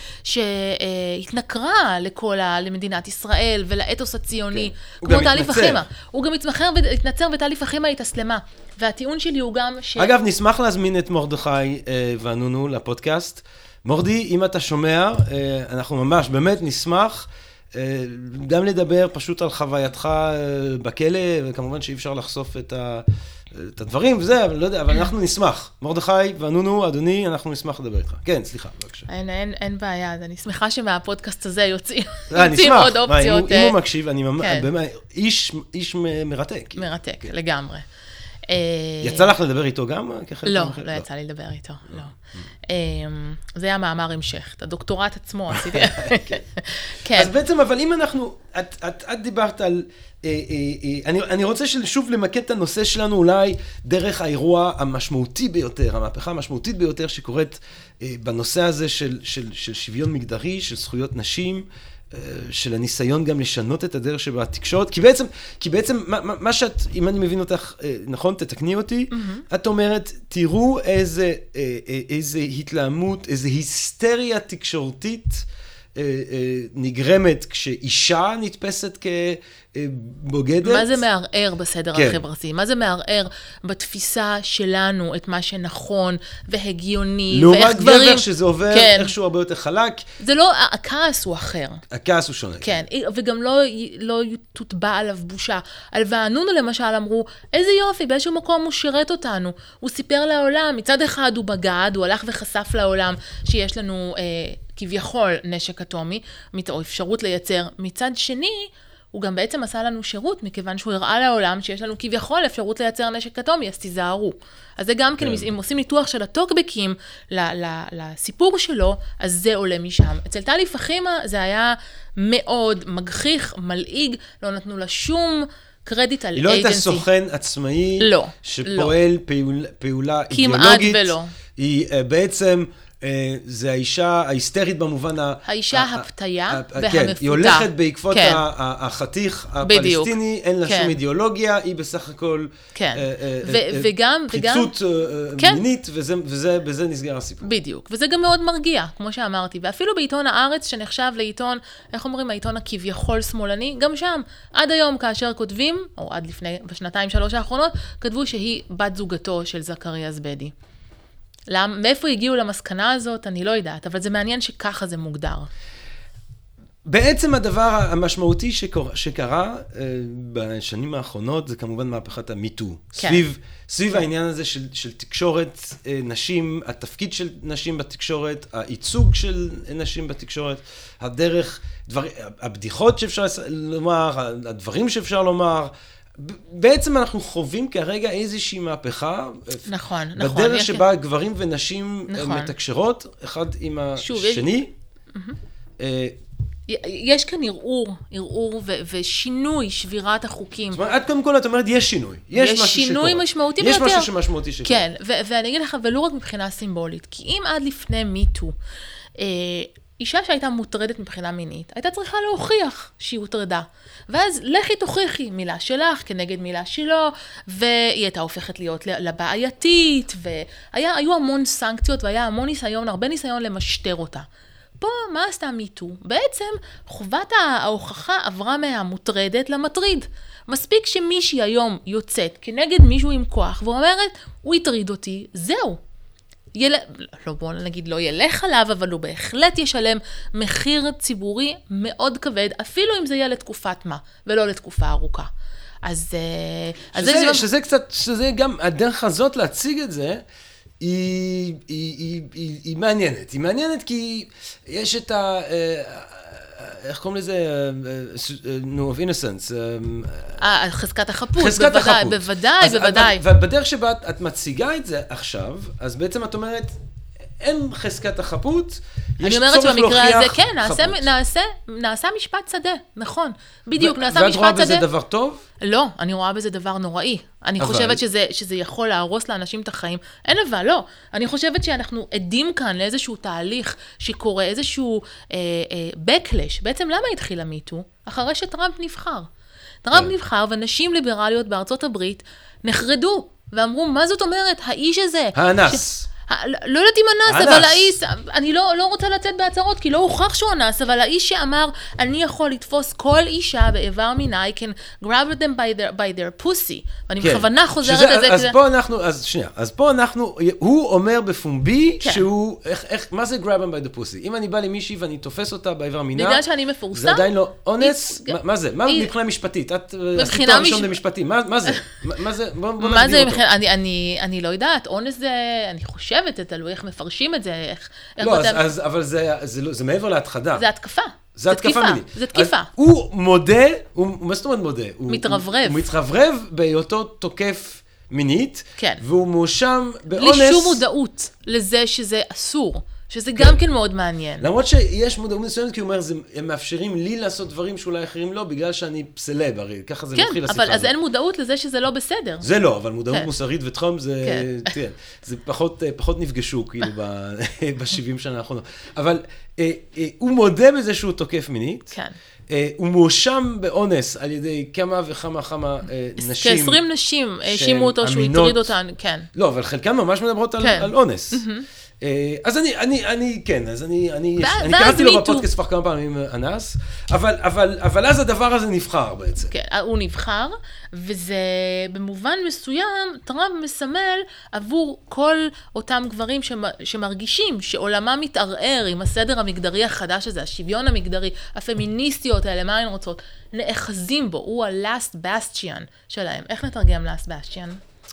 Speaker 2: שהתנכרה לכל, למדינת ישראל ולאתוס הציוני. כמו טלי פחימה. הוא גם התנצר וטלי פחימה התאסלמה. והטיעון שלי הוא גם ש...
Speaker 1: אגב, נשמח להזמין את מרדכי ואנונו לפודקאסט. מורדי, אם אתה שומע, אנחנו ממש באמת נשמח גם לדבר פשוט על חווייתך בכלא, וכמובן שאי אפשר לחשוף את ה... את הדברים וזה, אבל לא יודע, אבל אנחנו נשמח. מרדכי ואנונו, אדוני, אנחנו נשמח לדבר איתך. כן, סליחה, בבקשה.
Speaker 2: אין, אין, אין בעיה, אני שמחה שמהפודקאסט הזה יוצאים
Speaker 1: נשמח.
Speaker 2: עוד אופציות.
Speaker 1: אם הוא מקשיב, אני באמת, איש מרתק.
Speaker 2: מרתק, לגמרי.
Speaker 1: יצא לך לדבר איתו גם?
Speaker 2: לא, לא יצא לי לדבר איתו, לא. זה היה מאמר המשך, את הדוקטורט עצמו עשיתי.
Speaker 1: אז בעצם, אבל אם אנחנו, את דיברת על, אני רוצה שוב למקד את הנושא שלנו אולי דרך האירוע המשמעותי ביותר, המהפכה המשמעותית ביותר שקורית בנושא הזה של שוויון מגדרי, של זכויות נשים, של הניסיון גם לשנות את הדרך שבה התקשורת, כי בעצם, כי בעצם מה, מה שאת, אם אני מבין אותך, נכון, תתקני אותי, mm-hmm. את אומרת, תראו איזה, איזה התלהמות, איזה היסטריה תקשורתית נגרמת כשאישה נתפסת כבוגדת.
Speaker 2: מה זה מערער בסדר כן. החברתי? מה זה מערער בתפיסה שלנו את מה שנכון והגיוני?
Speaker 1: לעומת גבר שזה עובר כן. איכשהו הרבה יותר חלק.
Speaker 2: זה לא, הכעס הוא אחר.
Speaker 1: הכעס הוא שונה.
Speaker 2: כן, וגם לא, לא תוטבע עליו בושה. על ואנונו למשל אמרו, איזה יופי, באיזשהו מקום הוא שירת אותנו. הוא סיפר לעולם, מצד אחד הוא בגד, הוא הלך וחשף לעולם שיש לנו... אה, כביכול נשק אטומי, או אפשרות לייצר. מצד שני, הוא גם בעצם עשה לנו שירות, מכיוון שהוא הראה לעולם שיש לנו כביכול אפשרות לייצר נשק אטומי, אז תיזהרו. אז זה גם כן, אם עושים ניתוח של הטוקבקים לסיפור שלו, אז זה עולה משם. אצל טלי פחימה זה היה מאוד מגחיך, מלעיג, לא נתנו לה שום קרדיט על אייג'נסי.
Speaker 1: היא לא הייתה סוכן עצמאי,
Speaker 2: לא,
Speaker 1: שפועל
Speaker 2: לא.
Speaker 1: פעול, פעולה
Speaker 2: כמעט
Speaker 1: אידיאולוגית.
Speaker 2: ולא.
Speaker 1: היא uh, בעצם, uh, זה האישה ההיסטרית במובן ה...
Speaker 2: האישה הפתיה והמפותה.
Speaker 1: כן, היא הולכת בעקבות
Speaker 2: כן.
Speaker 1: החתיך הפלסטיני, אין לה
Speaker 2: כן.
Speaker 1: שום אידיאולוגיה, היא בסך הכל
Speaker 2: כן.
Speaker 1: uh, uh,
Speaker 2: ו-
Speaker 1: uh,
Speaker 2: וגם,
Speaker 1: חיצות
Speaker 2: וגם...
Speaker 1: uh,
Speaker 2: כן.
Speaker 1: מינית, וזה, וזה, וזה נסגר הסיפור.
Speaker 2: בדיוק, וזה גם מאוד מרגיע, כמו שאמרתי, ואפילו בעיתון הארץ, שנחשב לעיתון, איך אומרים, העיתון הכביכול שמאלני, גם שם, עד היום כאשר כותבים, או עד לפני, בשנתיים שלוש האחרונות, כתבו שהיא בת זוגתו של זכריה זבדי. למ, מאיפה הגיעו למסקנה הזאת, אני לא יודעת, אבל זה מעניין שככה זה מוגדר.
Speaker 1: בעצם הדבר המשמעותי שקורה, שקרה uh, בשנים האחרונות, זה כמובן מהפכת המיטו.
Speaker 2: כן.
Speaker 1: סביב, סביב
Speaker 2: כן.
Speaker 1: העניין הזה של, של תקשורת uh, נשים, התפקיד של נשים בתקשורת, הייצוג של נשים בתקשורת, הדרך, דבר, הבדיחות שאפשר לומר, הדברים שאפשר לומר, בעצם אנחנו חווים כרגע איזושהי מהפכה,
Speaker 2: נכון, נכון.
Speaker 1: בדרך שבה גברים ונשים
Speaker 2: נכון.
Speaker 1: מתקשרות, אחד עם
Speaker 2: שוב,
Speaker 1: השני.
Speaker 2: יש... יש כאן ערעור, ערעור ו- ושינוי, שבירת החוקים.
Speaker 1: זאת אומרת, עד קודם כל את אומרת, יש שינוי. יש,
Speaker 2: יש
Speaker 1: משהו
Speaker 2: שינוי
Speaker 1: שקורה.
Speaker 2: משמעותי
Speaker 1: יש
Speaker 2: ביותר.
Speaker 1: משהו שמשמעותי שקורה.
Speaker 2: כן, ו- ואני אגיד לך, ולא רק מבחינה סימבולית, כי אם עד לפני מיטו, אה, אישה שהייתה מוטרדת מבחינה מינית, הייתה צריכה להוכיח שהיא הוטרדה. ואז לכי תוכיחי מילה שלך כנגד מילה שלו, והיא הייתה הופכת להיות לבעייתית, והיו המון סנקציות, והיה המון ניסיון, הרבה ניסיון למשטר אותה. פה, מה עשתה מיטו? בעצם חובת ההוכחה עברה מהמוטרדת למטריד. מספיק שמישהי היום יוצאת כנגד מישהו עם כוח, ואומרת, הוא יטריד אותי, זהו. יל... לא, בואו נגיד, לא ילך עליו, אבל הוא בהחלט ישלם מחיר ציבורי מאוד כבד, אפילו אם זה יהיה לתקופת מה, ולא לתקופה ארוכה. אז...
Speaker 1: שזה,
Speaker 2: אז זה...
Speaker 1: שזה קצת, שזה גם, הדרך הזאת להציג את זה, היא, היא, היא, היא, היא מעניינת. היא מעניינת כי יש את ה... איך קוראים לזה? No of innocence.
Speaker 2: אה, חזקת החפות.
Speaker 1: חזקת
Speaker 2: בוודאי,
Speaker 1: החפות.
Speaker 2: בוודאי, בוודאי.
Speaker 1: ובדרך שבה את מציגה את זה עכשיו, אז בעצם את אומרת, אין חזקת החפות,
Speaker 2: אני אומרת שבמקרה הזה, כן, נעשה, נעשה, נעשה משפט שדה, נכון. בדיוק, נעשה משפט שדה.
Speaker 1: ואת רואה בזה דבר טוב?
Speaker 2: לא, אני רואה בזה דבר נוראי. אני אבל... חושבת שזה, שזה יכול להרוס לאנשים את החיים. אין אבל, לא. אני חושבת שאנחנו עדים כאן לאיזשהו תהליך שקורה, איזשהו אה, אה, backlash. בעצם למה התחיל המיטו? אחרי שטראמפ נבחר. טראמפ נבחר, ונשים ליברליות בארצות הברית נחרדו, ואמרו, מה זאת אומרת? האיש הזה...
Speaker 1: האנס.
Speaker 2: ש... לא יודעת אם אנס, אבל האיש, אני לא, לא רוצה לצאת בהצהרות, כי לא הוכח שהוא אנס, אבל האיש שאמר, אני יכול לתפוס כל אישה באיבר מיני, I can grab them by their, by their pussy, ואני כן. בכוונה חוזרת
Speaker 1: שזה,
Speaker 2: את זה.
Speaker 1: אז
Speaker 2: כזה...
Speaker 1: פה אנחנו, אז שנייה, אז פה אנחנו, הוא אומר בפומבי, כן. שהוא, איך, איך, מה זה grab them by the pussy? אם אני בא למישהי ואני תופס אותה באיבר מינה,
Speaker 2: בגלל שאני מפורסם,
Speaker 1: זה עדיין לא אונס,
Speaker 2: היא...
Speaker 1: מה, מה זה? מה
Speaker 2: היא...
Speaker 1: מבחינה משפטית? את עשית תואר ראשון במשפטים, מה, מה זה? מה זה? בוא, בוא
Speaker 2: מה
Speaker 1: נגדיר
Speaker 2: זה
Speaker 1: אותו.
Speaker 2: מבחינה, אני, אני, אני לא יודעת, אונס זה, אני חושבת, תלוי איך מפרשים את זה, איך...
Speaker 1: לא, אז, אז, אבל זה, זה, זה, זה מעבר להתחדה.
Speaker 2: זה התקפה.
Speaker 1: זה התקפה מינית.
Speaker 2: זה תקיפה.
Speaker 1: הוא מודה, הוא, מה זאת אומרת מודה? הוא
Speaker 2: מתרברב.
Speaker 1: הוא, הוא מתרברב בהיותו תוקף מינית,
Speaker 2: כן.
Speaker 1: והוא מואשם באונס.
Speaker 2: בלי שום מודעות לזה שזה אסור. שזה גם כן מאוד מעניין.
Speaker 1: למרות שיש מודעות מסוימת, כי הוא אומר, הם מאפשרים לי לעשות דברים שאולי אחרים לא, בגלל שאני פסלב, הרי ככה זה מתחיל השיחה הזאת.
Speaker 2: כן, אבל אז אין מודעות לזה שזה לא בסדר.
Speaker 1: זה לא, אבל מודעות מוסרית וטראמפ זה, כן, זה פחות, פחות נפגשו, כאילו, ב-שבעים שנה האחרונות. אבל הוא מודה בזה שהוא תוקף מינית.
Speaker 2: כן.
Speaker 1: הוא מואשם באונס על ידי כמה וכמה כמה נשים.
Speaker 2: כ-עשרים נשים האשימו אותו שהוא הטריד אותן, כן.
Speaker 1: לא, אבל חלקן ממש מדברות על אונס. אז אני, אני, אני, כן, אז אני, אני, אני קראתי לו בפודקאסט כבר כמה פעמים אנס, אבל, אבל, אבל אז הדבר הזה נבחר בעצם.
Speaker 2: כן, הוא נבחר, וזה במובן מסוים, טראמפ מסמל עבור כל אותם גברים שמרגישים שעולמם מתערער עם הסדר המגדרי החדש הזה, השוויון המגדרי, הפמיניסטיות האלה, מה הן רוצות, נאחזים בו, הוא ה-last bastion שלהם. איך נתרגם last bastion?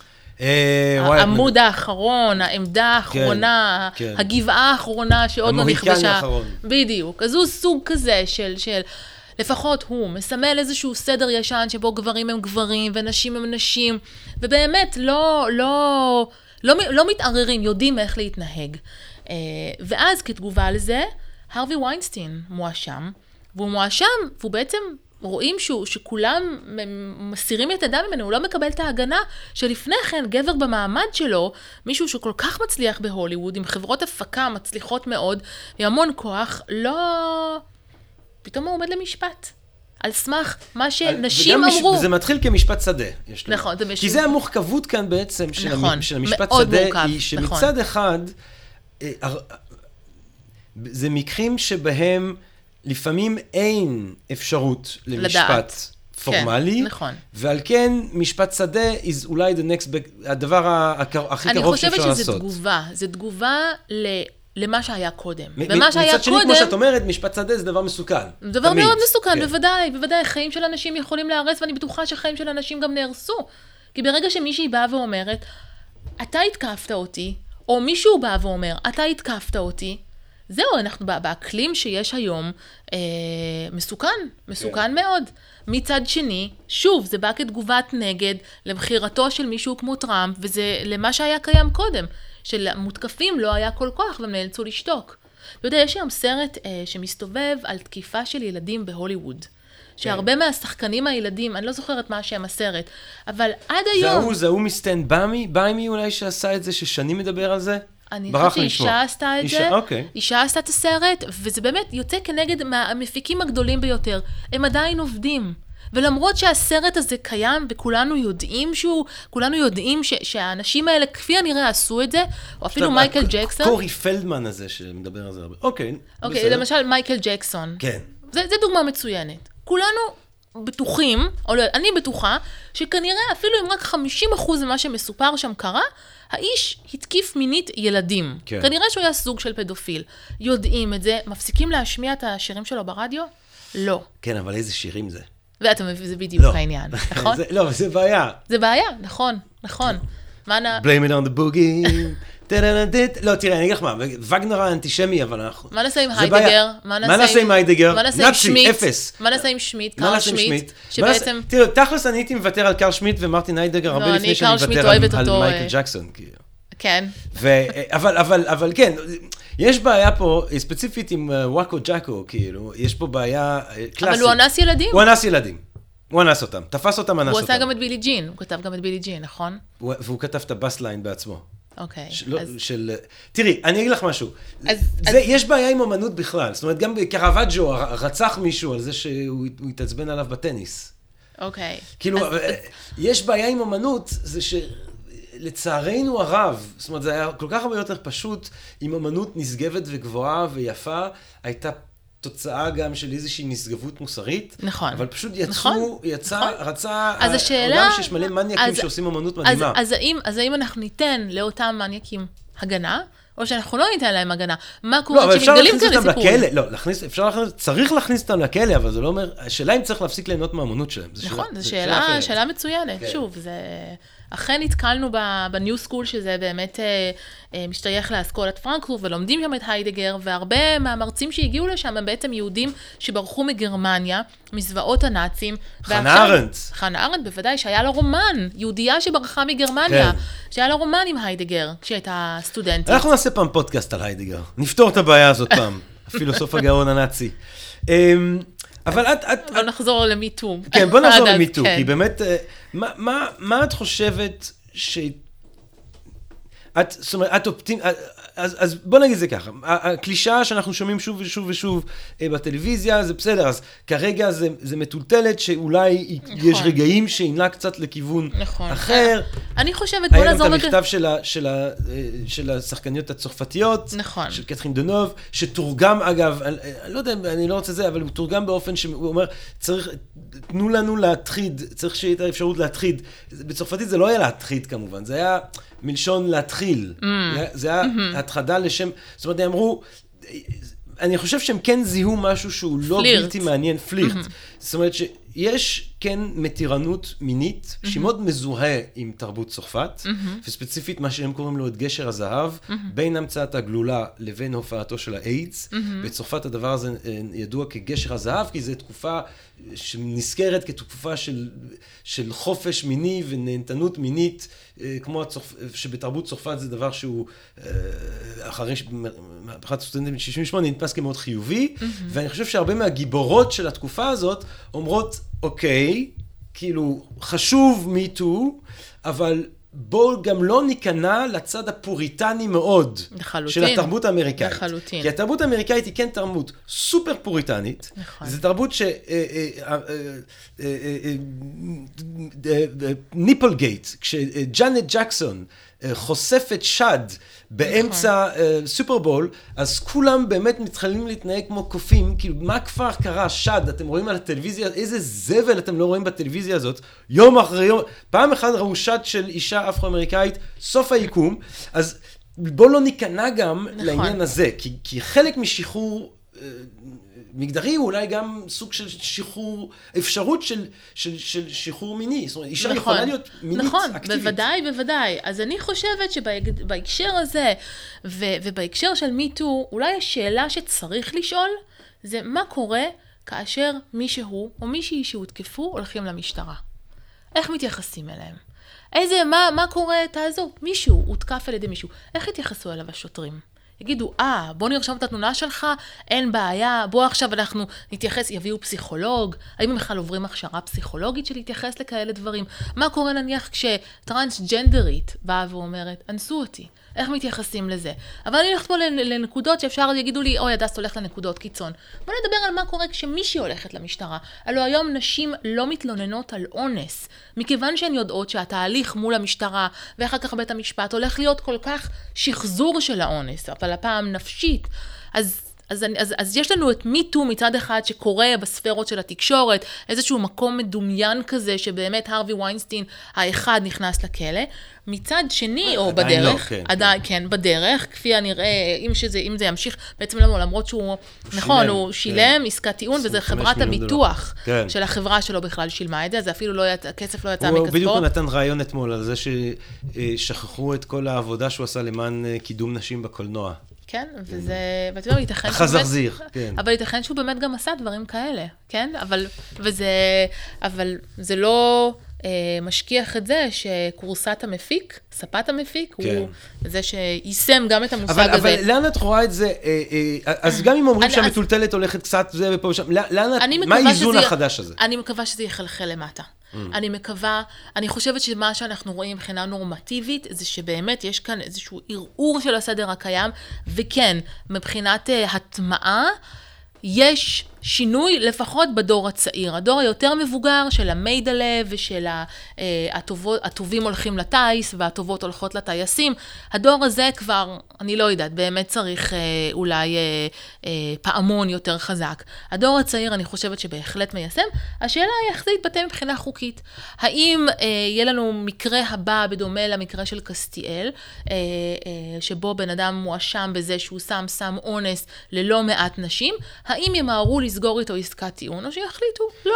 Speaker 2: העמוד האחרון, העמדה האחרונה, הגבעה האחרונה שעוד לא נכבשה. בדיוק. אז הוא סוג כזה של לפחות הוא מסמל איזשהו סדר ישן שבו גברים הם גברים ונשים הם נשים, ובאמת לא, לא, לא, לא מתערערים, יודעים איך להתנהג. ואז כתגובה לזה, הרווי ויינסטיין מואשם, והוא מואשם, והוא בעצם רואים שהוא, שכולם מסירים את ידם ממנו, הוא לא מקבל את ההגנה שלפני כן גבר במעמד שלו, מישהו שכל כך מצליח בהוליווד, עם חברות הפקה מצליחות מאוד, והמון כוח, לא... פתאום הוא עומד למשפט. על סמך מה שנשים אמרו.
Speaker 1: וזה מתחיל כמשפט שדה.
Speaker 2: נכון.
Speaker 1: כי זה המורכבות כאן בעצם של המשפט שדה, היא שמצד אחד, זה מקרים שבהם לפעמים אין אפשרות למשפט פורמלי, ועל כן משפט שדה is אולי הדבר הכי קרוב שאפשר לעשות.
Speaker 2: אני חושבת שזה תגובה, זה תגובה ל... למה שהיה קודם. ומה שהיה
Speaker 1: מצד שני,
Speaker 2: קודם...
Speaker 1: כמו שאת אומרת, משפט שדה זה דבר מסוכן.
Speaker 2: דבר תמיד. מאוד מסוכן, כן. בוודאי. בוודאי, חיים של אנשים יכולים להרס, ואני בטוחה שחיים של אנשים גם נהרסו. כי ברגע שמישהי באה ואומרת, אתה התקפת אותי, או מישהו בא ואומר, אתה התקפת אותי, זהו, אנחנו באקלים שיש היום, אה, מסוכן, מסוכן כן. מאוד. מצד שני, שוב, זה בא כתגובת נגד לבחירתו של מישהו כמו טראמפ, וזה למה שהיה קיים קודם. שלמותקפים לא היה כל כוח והם נאלצו לשתוק. אתה יודע, יש היום סרט אה, שמסתובב על תקיפה של ילדים בהוליווד. שהרבה מהשחקנים הילדים, אני לא זוכרת מה השם הסרט, אבל עד היום...
Speaker 1: זה הוא, זה הוא מסטנד במי, במי אולי שעשה את זה, ששנים מדבר על זה?
Speaker 2: אני חושבת שאישה עשתה את זה, אישה עשתה את הסרט, וזה באמת יוצא כנגד המפיקים הגדולים ביותר. הם עדיין עובדים. ולמרות שהסרט הזה קיים, וכולנו יודעים שהוא, כולנו יודעים ש, שהאנשים האלה, כפי הנראה, עשו את זה, או אפילו מייקל ג'קסון.
Speaker 1: קורי פלדמן הזה שמדבר על זה הרבה. אוקיי,
Speaker 2: אוקיי, למשל מייקל ג'קסון.
Speaker 1: כן.
Speaker 2: זה, זה דוגמה מצוינת. כולנו בטוחים, או לא, אני בטוחה, שכנראה אפילו אם רק חמישים אחוז ממה שמסופר שם קרה, האיש התקיף מינית ילדים. כן. כנראה שהוא היה סוג של פדופיל. יודעים את זה, מפסיקים להשמיע את השירים שלו ברדיו? לא.
Speaker 1: כן, אבל איזה שירים זה?
Speaker 2: ואתה מבין, זה בדיוק העניין, נכון?
Speaker 1: לא, זה בעיה.
Speaker 2: זה בעיה, נכון, נכון.
Speaker 1: Blame it on the boogie. לא, תראה, אני אגיד לך מה, וגנר האנטישמי, אבל אנחנו...
Speaker 2: מה נעשה עם היידגר?
Speaker 1: מה נעשה עם היידגר?
Speaker 2: מה נעשה עם
Speaker 1: שמיט? אפס.
Speaker 2: מה נעשה עם שמיט? קרל שמיט? שבעצם...
Speaker 1: תראו, תכלס אני הייתי מוותר על קרל שמיט ומרטין היידגר הרבה לפני שאני מוותר על מייקל ג'קסון.
Speaker 2: כן.
Speaker 1: אבל כן, יש בעיה פה, ספציפית עם וואקו ג'אקו, כאילו, יש פה בעיה קלאסית.
Speaker 2: אבל הוא אנס ילדים.
Speaker 1: הוא אנס ילדים. הוא אנס אותם, תפס אותם, אנס אותם.
Speaker 2: הוא עשה גם את בילי ג'ין, הוא כתב גם את בילי ג'ין, נכון?
Speaker 1: והוא כתב את הבאסליין בעצמו.
Speaker 2: אוקיי.
Speaker 1: של... תראי, אני אגיד לך משהו. יש בעיה עם אומנות בכלל. זאת אומרת, גם קרוואג'ו רצח מישהו על זה שהוא התעצבן עליו בטניס.
Speaker 2: אוקיי.
Speaker 1: כאילו, יש בעיה עם אומנות, זה שלצערנו הרב, זאת אומרת, זה היה כל כך הרבה יותר פשוט, אם אומנות נשגבת וגבוהה ויפה, הייתה תוצאה גם של איזושהי נשגבות מוסרית.
Speaker 2: נכון.
Speaker 1: אבל פשוט יצאו, יצא, רצה,
Speaker 2: השאלה,
Speaker 1: העולם שיש מלא מניאקים שעושים אומנות מדהימה.
Speaker 2: אז, אז, האם, אז האם אנחנו ניתן לאותם מניאקים הגנה, או שאנחנו לא ניתן להם הגנה? מה קורה
Speaker 1: לא,
Speaker 2: שמתגלים כאלה סיפורים?
Speaker 1: לא, להכניס, אפשר להכניס, צריך להכניס אותם לכלא, אבל זה לא אומר, השאלה אם צריך להפסיק ליהנות מהאמנות שלהם.
Speaker 2: נכון, זו שאלה, שאלה מצוינת. כן. שוב, זה... אכן התקלנו בניו סקול, שזה באמת אה, אה, משתייך לאסכולת פרנקפורט, ולומדים שם את היידגר, והרבה מהמרצים שהגיעו לשם הם בעצם יהודים שברחו מגרמניה, מזוועות הנאצים.
Speaker 1: חנה ארנדט.
Speaker 2: חנה ארנדט, בוודאי, שהיה לה רומן, יהודייה שברחה מגרמניה, כן. שהיה לה רומן עם היידגר, כשהייתה סטודנטית. אנחנו
Speaker 1: נעשה פעם פודקאסט על היידגר, נפתור את הבעיה הזאת פעם, הפילוסוף הגאון הנאצי. אבל את...
Speaker 2: בוא נחזור למיטו.
Speaker 1: כן, בוא נחזור למיטו, כי באמת, מה את חושבת ש... את, זאת אומרת, את אופטימית, אז, אז בוא נגיד זה ככה, הקלישה שאנחנו שומעים שוב ושוב ושוב בטלוויזיה, זה בסדר, אז כרגע זה, זה מטולטלת שאולי נכון. יש רגעים שאינה קצת לכיוון נכון. אחר.
Speaker 2: אני חושבת, בוא נעזור...
Speaker 1: היה גם את המכתב של, ה, של, ה, של השחקניות הצרפתיות,
Speaker 2: נכון.
Speaker 1: של קתרין דנוב, שתורגם אגב, אני, אני לא יודע, אני לא רוצה זה, אבל הוא תורגם באופן שהוא אומר, צריך, תנו לנו להטחיד, צריך שיהיה את האפשרות להטחיד. בצרפתית זה לא היה להטחיד כמובן, זה היה... מלשון להתחיל. Mm. זה היה mm-hmm. התחדה לשם, זאת אומרת, הם אמרו, אני חושב שהם כן זיהו משהו שהוא לא
Speaker 2: פלירט.
Speaker 1: בלתי מעניין, פלירט. Mm-hmm. זאת אומרת שיש כן מתירנות מינית, mm-hmm. שהיא מאוד מזוהה עם תרבות צרפת, mm-hmm. וספציפית מה שהם קוראים לו את גשר הזהב, mm-hmm. בין המצאת הגלולה לבין הופעתו של האיידס. Mm-hmm. בצרפת הדבר הזה ידוע כגשר הזהב, כי זו תקופה שנזכרת כתקופה של, של חופש מיני ונהנתנות מינית, כמו הצרפ... שבתרבות צרפת זה דבר שהוא, אחרי מהפכת הסטודנטים ב-שישים ושמונה, נתפס כמאוד חיובי, mm-hmm. ואני חושב שהרבה מהגיבורות של התקופה הזאת אומרות, אוקיי, כאילו, חשוב מיטו, אבל בואו גם לא ניכנע לצד הפוריטני מאוד לחלוטין, של התרבות האמריקאית. לחלוטין. כי התרבות האמריקאית היא כן תרבות סופר פוריטנית. נכון. זו תרבות ש... ניפלגייט, כשג'אנט ג'קסון חושפת שד באמצע נכון. סופרבול, אז כולם באמת מתחילים להתנהג כמו קופים, כאילו מה כבר קרה, שד, אתם רואים על הטלוויזיה, איזה זבל אתם לא רואים בטלוויזיה הזאת, יום אחרי יום, פעם אחת ראו שד של אישה אפרו-אמריקאית, סוף היקום, אז בוא לא ניכנע גם נכון. לעניין הזה, כי, כי חלק משחרור מגדרי הוא אולי גם סוג של שחרור, אפשרות של, של, של שחרור מיני, זאת אומרת, אישה נכון, יכולה להיות מינית
Speaker 2: נכון,
Speaker 1: אקטיבית.
Speaker 2: נכון, בוודאי, בוודאי. אז אני חושבת שבהקשר הזה, ו, ובהקשר של מיטו, אולי השאלה שצריך לשאול, זה מה קורה כאשר מישהו או מישהי שהותקפו הולכים למשטרה. איך מתייחסים אליהם? איזה, מה, מה קורה, תעזוב, מישהו הותקף על ידי מישהו, איך התייחסו אליו השוטרים? יגידו, אה, בוא נרשום את התלונה שלך, אין בעיה, בוא עכשיו אנחנו נתייחס, יביאו פסיכולוג, האם הם בכלל עוברים הכשרה פסיכולוגית של להתייחס לכאלה דברים? מה קורה נניח כשטרנסג'נדרית באה ואומרת, אנסו אותי, איך מתייחסים לזה? אבל אני הולכת פה לנקודות שאפשר, יגידו לי, אוי, הדס הולך לנקודות קיצון. בוא נדבר על מה קורה כשמישהי הולכת למשטרה. הלוא היום נשים לא מתלוננות על אונס, מכיוון שהן יודעות שהתהליך מול המשטרה, ואחר כך בית המשפט, הולך להיות כל כך שחזור של האונס, אבל הפעם נפשית. אז, אז, אז, אז יש לנו את מיטו מצד אחד שקורה בספרות של התקשורת, איזשהו מקום מדומיין כזה, שבאמת הרווי ויינסטיין האחד נכנס לכלא, מצד שני, או בדרך, לא, עדיין, כן, כן, בדרך, כפי הנראה, אם, שזה, אם זה ימשיך, בעצם לנו, למרות שהוא, נכון, שילם, הוא שילם, כן. עסקת טיעון, וזה חברת הביטוח כן. של החברה שלו בכלל שילמה את זה, זה אפילו לא יצא, הכסף לא יצא מכספו. הוא
Speaker 1: בדיוק נתן רעיון אתמול, על זה ששכחו את כל העבודה שהוא עשה למען קידום נשים בקולנוע.
Speaker 2: כן, וזה, ואתה יודע, ייתכן
Speaker 1: החזרזיר, כן.
Speaker 2: אבל ייתכן שהוא באמת גם עשה דברים כאלה, כן? אבל, וזה, אבל זה לא משכיח את זה שקורסת המפיק, ספת המפיק, הוא זה שיישם גם את המושג הזה.
Speaker 1: אבל לאן את רואה את זה, אז גם אם אומרים שהמטולטלת הולכת קצת זה ופה ושם, מה האיזון החדש הזה?
Speaker 2: אני מקווה שזה יחלחל למטה. אני מקווה, אני חושבת שמה שאנחנו רואים מבחינה נורמטיבית, זה שבאמת יש כאן איזשהו ערעור של הסדר הקיים, וכן, מבחינת הטמעה, יש שינוי לפחות בדור הצעיר. הדור היותר מבוגר של המיידלה ושל הטובים הולכים לטייס והטובות הולכות לטייסים. הדור הזה כבר, אני לא יודעת, באמת צריך אולי פעמון יותר חזק. הדור הצעיר אני חושבת שבהחלט מיישם. השאלה היא איך זה יתבטא מבחינה חוקית. האם יהיה לנו מקרה הבא בדומה למקרה של קסטיאל, שבו בן אדם מואשם בזה שהוא שם סם אונס ללא מעט נשים? האם ימהרו לסגור איתו עסקת טיעון, או שיחליטו? לא.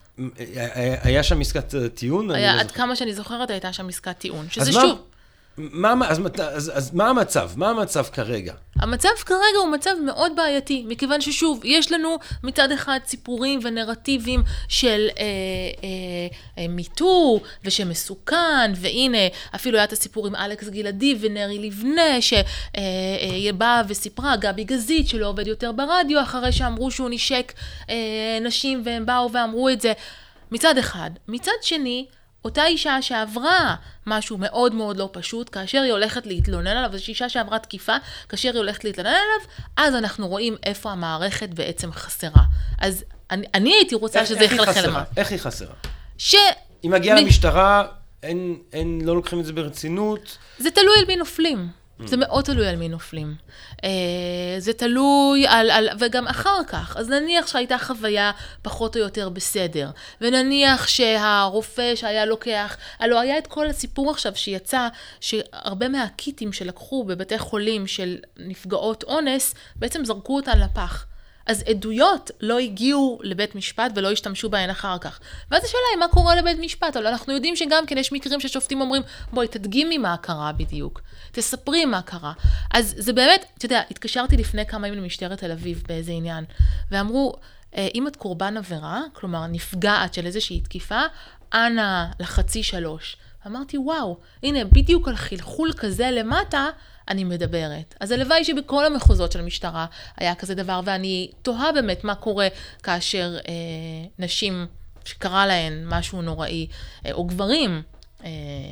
Speaker 1: היה שם עסקת טיעון?
Speaker 2: היה, עד כמה שאני זוכרת, הייתה שם עסקת טיעון, שזה שוב.
Speaker 1: מה, אז, אז, אז מה המצב? מה המצב כרגע?
Speaker 2: המצב כרגע הוא מצב מאוד בעייתי, מכיוון ששוב, יש לנו מצד אחד סיפורים ונרטיבים של אה, אה, אה, מיטו, ושמסוכן, והנה, אפילו היה את הסיפור עם אלכס גלעדי ונרי לבנה, שבאה וסיפרה, גבי גזית, שלא עובד יותר ברדיו, אחרי שאמרו שהוא נשק אה, נשים, והם באו ואמרו את זה. מצד אחד. מצד שני, אותה אישה שעברה משהו מאוד מאוד לא פשוט, כאשר היא הולכת להתלונן עליו, זו אישה שעברה תקיפה, כאשר היא הולכת להתלונן עליו, אז אנחנו רואים איפה המערכת בעצם חסרה. אז אני, אני הייתי רוצה איך, שזה יחלחל למה.
Speaker 1: איך היא חסרה?
Speaker 2: ש...
Speaker 1: אם מגיעה מ... למשטרה, אין, אין, לא לוקחים את זה ברצינות.
Speaker 2: זה תלוי על מי נופלים. זה מאוד תלוי על מי נופלים. זה תלוי על, על, וגם אחר כך. אז נניח שהייתה חוויה פחות או יותר בסדר, ונניח שהרופא שהיה לוקח, הלוא היה את כל הסיפור עכשיו שיצא, שהרבה מהקיטים שלקחו בבתי חולים של נפגעות אונס, בעצם זרקו אותן לפח. אז עדויות לא הגיעו לבית משפט ולא השתמשו בהן אחר כך. ואז השאלה היא, מה קורה לבית משפט? אבל אנחנו יודעים שגם כן יש מקרים ששופטים אומרים, בואי, תדגימי מה קרה בדיוק. תספרי מה קרה. אז זה באמת, אתה יודע, התקשרתי לפני כמה ימים למשטרת תל אביב באיזה עניין, ואמרו, אם את קורבן עבירה, כלומר נפגעת של איזושהי תקיפה, אנא לחצי שלוש. אמרתי, וואו, הנה, בדיוק על חלחול כזה למטה, אני מדברת. אז הלוואי שבכל המחוזות של המשטרה היה כזה דבר, ואני תוהה באמת מה קורה כאשר אה, נשים שקרה להן משהו נוראי, אה, או גברים, אה,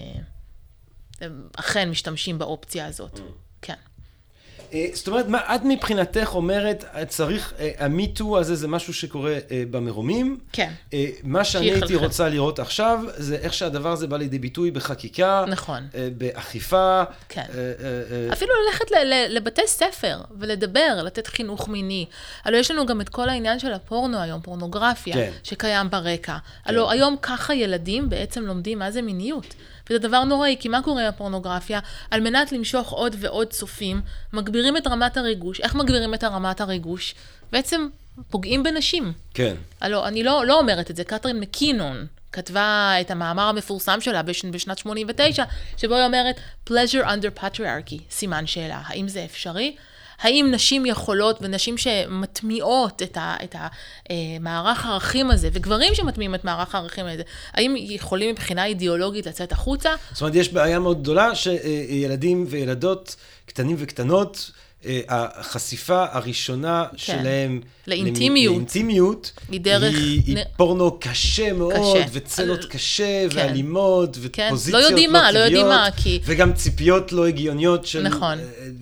Speaker 2: אכן משתמשים באופציה הזאת. כן.
Speaker 1: זאת אומרת, מה את מבחינתך אומרת, צריך, המיטו הזה זה משהו שקורה במרומים.
Speaker 2: כן.
Speaker 1: מה שאני הייתי רוצה לראות עכשיו, זה איך שהדבר הזה בא לידי ביטוי בחקיקה.
Speaker 2: נכון.
Speaker 1: באכיפה.
Speaker 2: כן. אפילו ללכת לבתי ספר ולדבר, לתת חינוך מיני. הלוא יש לנו גם את כל העניין של הפורנו היום, פורנוגרפיה, שקיים ברקע. הלוא היום ככה ילדים בעצם לומדים מה זה מיניות. וזה דבר נוראי, כי מה קורה עם הפורנוגרפיה? על מנת למשוך עוד ועוד צופים, מגבירים את רמת הריגוש. איך מגבירים את רמת הריגוש? בעצם פוגעים בנשים.
Speaker 1: כן.
Speaker 2: הלוא, אני לא, לא אומרת את זה. קתרין מקינון כתבה את המאמר המפורסם שלה בשנת שמונים ותשע, שבו היא אומרת, pleasure under patriarchy, סימן שאלה. האם זה אפשרי? האם נשים יכולות ונשים שמטמיעות את, ה, את המערך הערכים הזה, וגברים שמטמיעים את מערך הערכים הזה, האם יכולים מבחינה אידיאולוגית לצאת החוצה?
Speaker 1: זאת אומרת, יש בעיה מאוד גדולה שילדים וילדות קטנים וקטנות, החשיפה הראשונה כן. שלהם
Speaker 2: לאינטימיות,
Speaker 1: לאינטימיות
Speaker 2: היא, דרך...
Speaker 1: היא, היא נ... פורנו קשה מאוד, קשה. וצלות קשה, כן. ואלימות,
Speaker 2: כן.
Speaker 1: ופוזיציות
Speaker 2: לא יודעים
Speaker 1: לא
Speaker 2: מה,
Speaker 1: טבעיות,
Speaker 2: לא יודעים מה, כי...
Speaker 1: וגם ציפיות לא הגיוניות של...
Speaker 2: נכון.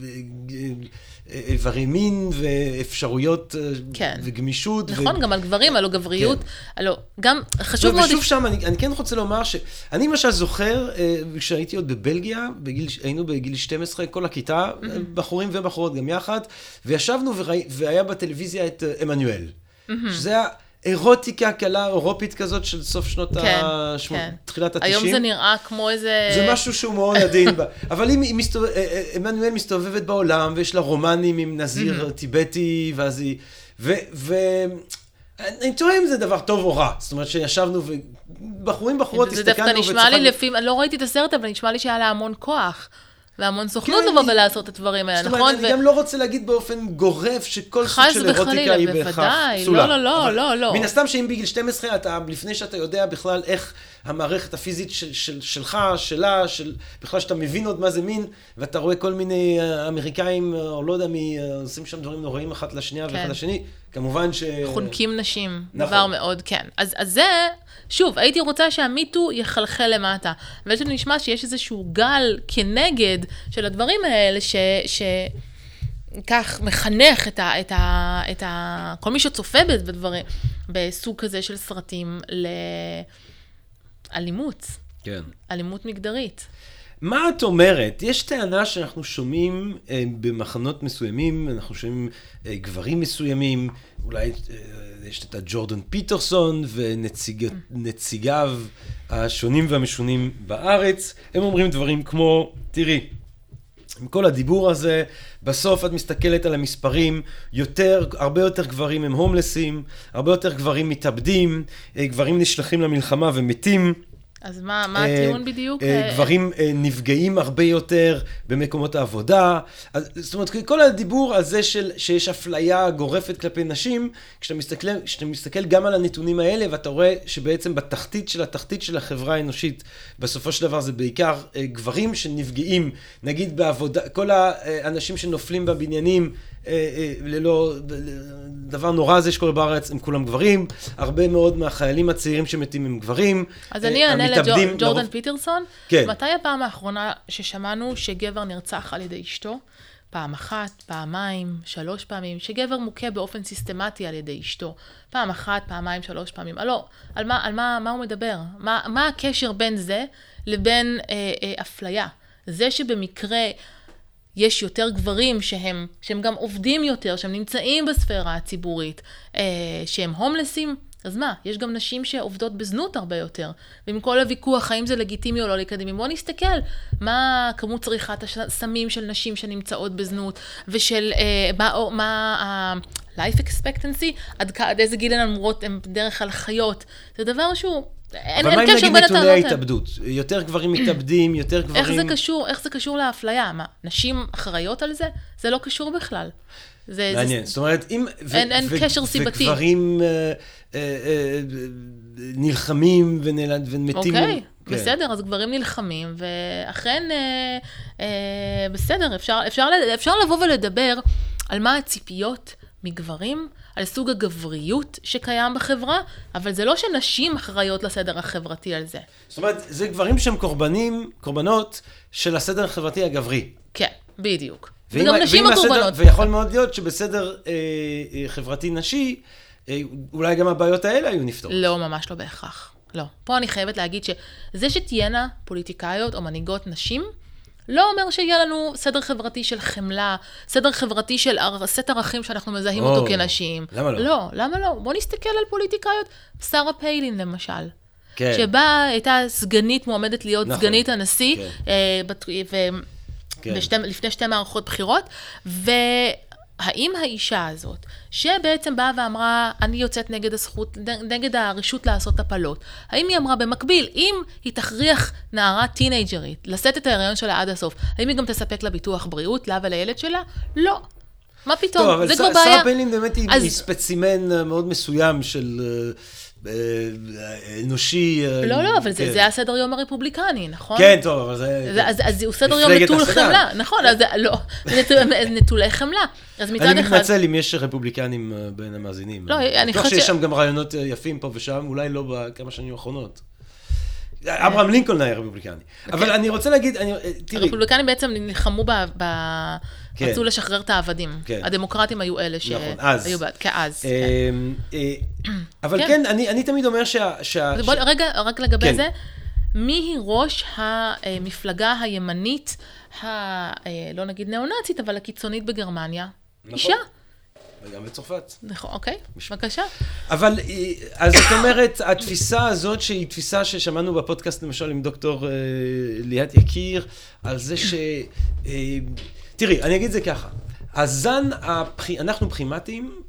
Speaker 1: איברי מין ואפשרויות כן. וגמישות.
Speaker 2: נכון, ו... גם על גברים, על גבריות. כן. הלא, גם חשוב
Speaker 1: מאוד...
Speaker 2: ושוב
Speaker 1: שם, אני, אני כן רוצה לומר שאני למשל זוכר, כשהייתי עוד בבלגיה, בגיל, היינו בגיל שתים עשרה, כל הכיתה, mm-hmm. בחורים ובחורות גם יחד, וישבנו וראי, והיה בטלוויזיה את אמנואל. Mm-hmm. שזה היה... אירוטיקה קלה, אירופית כזאת של סוף שנות
Speaker 2: כן,
Speaker 1: ה... שמ...
Speaker 2: כן.
Speaker 1: תחילת ה-תשעים.
Speaker 2: היום זה נראה כמו איזה...
Speaker 1: זה משהו שהוא מאוד עדין בה. אבל אם מסתובב... אמנואל מסתובבת בעולם, ויש לה רומנים עם נזיר טיבטי, ואז היא... ו... ו... אני תוהה אם זה דבר טוב או רע. זאת אומרת שישבנו ובחורים בחורות הסתכלנו
Speaker 2: וצחקנו. זה דווקא נשמע לי לפעמים... אני לא ראיתי את הסרט, אבל נשמע לי שהיה לה המון כוח. והמון סוכנות לבוא ולעשות את הדברים האלה, נכון?
Speaker 1: זאת אומרת, אני גם לא רוצה להגיד באופן גורף שכל סוג של אירוטיקה היא בהכרח פסולה.
Speaker 2: לא, לא, לא, לא.
Speaker 1: מן הסתם שאם בגיל שתים עשרה, לפני שאתה יודע בכלל איך המערכת הפיזית שלך, שלה, בכלל שאתה מבין עוד מה זה מין, ואתה רואה כל מיני אמריקאים, או לא יודע מי, עושים שם דברים נוראים אחת לשנייה ואחת לשני, כמובן ש...
Speaker 2: חונקים נשים, דבר מאוד, כן. אז זה, שוב, הייתי רוצה שהמיטו יחלחל למטה, ויש לנו נשמע שיש איזשהו גל כנגד של הדברים האלה, ש... ש... כך מחנך את ה, את ה, את ה, כל מי שצופה בדברים, בסוג כזה של סרטים לאלימות.
Speaker 1: כן.
Speaker 2: אלימות מגדרית.
Speaker 1: מה את אומרת? יש טענה שאנחנו שומעים אה, במחנות מסוימים, אנחנו שומעים אה, גברים מסוימים, אולי אה, יש את הג'ורדן פיטרסון ונציגיו השונים והמשונים בארץ, הם אומרים דברים כמו, תראי, עם כל הדיבור הזה, בסוף את מסתכלת על המספרים, יותר, הרבה יותר גברים הם הומלסים, הרבה יותר גברים מתאבדים, גברים נשלחים למלחמה ומתים.
Speaker 2: אז מה, מה הטיעון בדיוק?
Speaker 1: גברים נפגעים הרבה יותר במקומות העבודה. זאת אומרת, כל הדיבור הזה של, שיש אפליה גורפת כלפי נשים, כשאתה מסתכל, כשאתה מסתכל גם על הנתונים האלה, ואתה רואה שבעצם בתחתית של התחתית של החברה האנושית, בסופו של דבר זה בעיקר גברים שנפגעים, נגיד בעבודה, כל האנשים שנופלים בבניינים, ללא, דבר נורא זה שקורה בארץ, הם כולם גברים, הרבה מאוד מהחיילים הצעירים שמתים הם גברים.
Speaker 2: אז אני אענה לג'ורדן פיטרסון, מתי הפעם האחרונה ששמענו שגבר נרצח על ידי אשתו? פעם אחת, פעמיים, שלוש פעמים, שגבר מוכה באופן סיסטמטי על ידי אשתו. פעם אחת, פעמיים, שלוש פעמים. לא, על מה, על מה, מה הוא מדבר? מה, מה הקשר בין זה לבין אה, אה, אפליה? זה שבמקרה יש יותר גברים שהם, שהם גם עובדים יותר, שהם נמצאים בספירה הציבורית, אה, שהם הומלסים, אז מה? יש גם נשים שעובדות בזנות הרבה יותר. ועם כל הוויכוח, האם זה לגיטימי או לא לגיטימי, בואו נסתכל מה כמות צריכת הסמים של נשים שנמצאות בזנות, ושל אה, מה, או, מה ה-life expectancy, עד, עד איזה גיל הן אמורות, הן בדרך כלל חיות. זה דבר שהוא... אין,
Speaker 1: אבל
Speaker 2: אין
Speaker 1: מה אם
Speaker 2: קשר
Speaker 1: נגיד
Speaker 2: בין
Speaker 1: נתוני
Speaker 2: הטענות
Speaker 1: ההתאבדות? יותר גברים מתאבדים, יותר גברים...
Speaker 2: איך זה קשור, איך זה קשור לאפליה? מה, נשים אחראיות על זה? זה לא קשור בכלל. זה,
Speaker 1: מעניין,
Speaker 2: זה...
Speaker 1: זאת אומרת, אם...
Speaker 2: אין, אין קשר סיבתי.
Speaker 1: וגברים אה, אה, אה, נלחמים ונלד, ומתים...
Speaker 2: אוקיי, כן. בסדר, אז גברים נלחמים, ואכן, אה, אה, בסדר, אפשר, אפשר, אפשר לבוא ולדבר על מה הציפיות מגברים, על סוג הגבריות שקיים בחברה, אבל זה לא שנשים אחראיות לסדר החברתי על זה.
Speaker 1: זאת אומרת, זה גברים שהם קורבנים, קורבנות של הסדר החברתי הגברי.
Speaker 2: כן, בדיוק.
Speaker 1: ואם,
Speaker 2: וגם נשים הקורבנות.
Speaker 1: ויכול מאוד להיות שבסדר אה, אה, חברתי נשי, אה, אולי גם הבעיות האלה היו נפתרות.
Speaker 2: לא, ממש לא בהכרח. לא. פה אני חייבת להגיד שזה שתהיינה פוליטיקאיות או מנהיגות נשים, לא אומר שיהיה לנו סדר חברתי של חמלה, סדר חברתי של סט ערכים שאנחנו מזהים אותו כנשים.
Speaker 1: למה לא?
Speaker 2: לא, למה לא? בוא נסתכל על פוליטיקאיות. שרה פיילין למשל.
Speaker 1: כן.
Speaker 2: שבה הייתה סגנית מועמדת להיות
Speaker 1: נכון.
Speaker 2: סגנית הנשיא,
Speaker 1: כן.
Speaker 2: אה, בת... ו...
Speaker 1: כן.
Speaker 2: בשתי, לפני שתי מערכות בחירות, והאם האישה הזאת, שבעצם באה ואמרה, אני יוצאת נגד הזכות, נגד הרשות לעשות הפלות, האם היא אמרה במקביל, אם היא תכריח נערה טינג'רית, לשאת את ההיריון שלה עד הסוף, האם היא גם תספק לה ביטוח בריאות, לה ולילד שלה? לא. מה פתאום?
Speaker 1: טוב,
Speaker 2: זה
Speaker 1: אבל
Speaker 2: כבר בעיה.
Speaker 1: שרה פיילין באמת היא
Speaker 2: אז...
Speaker 1: ספצימן מאוד מסוים של... אנושי...
Speaker 2: לא, לא, אבל זה הסדר יום הרפובליקני, נכון?
Speaker 1: כן, טוב, אבל זה...
Speaker 2: אז הוא סדר יום נטול חמלה, נכון, אז לא, נטולי חמלה.
Speaker 1: אני מתנצל אם יש רפובליקנים בין המאזינים.
Speaker 2: לא, אני חושבת...
Speaker 1: בטוח שיש שם גם רעיונות יפים פה ושם, אולי לא בכמה שנים האחרונות. אברהם לינקולן היה רפובליקני. אבל אני רוצה להגיד, תראי...
Speaker 2: הרפובליקנים בעצם נלחמו ב... רצו לשחרר את העבדים. הדמוקרטים היו אלה שהיו בעד, כאז.
Speaker 1: אבל כן, אני תמיד אומר שה...
Speaker 2: רגע, רק לגבי זה, מי היא ראש המפלגה הימנית, לא נגיד נאו-נאצית, אבל הקיצונית בגרמניה? אישה.
Speaker 1: וגם בצרפת.
Speaker 2: נכון, אוקיי, בבקשה.
Speaker 1: אבל, אז זאת אומרת, התפיסה הזאת, שהיא תפיסה ששמענו בפודקאסט, למשל, עם דוקטור ליאת יקיר, על זה ש... תראי, אני אגיד את זה ככה. הזן, אנחנו פרימטים,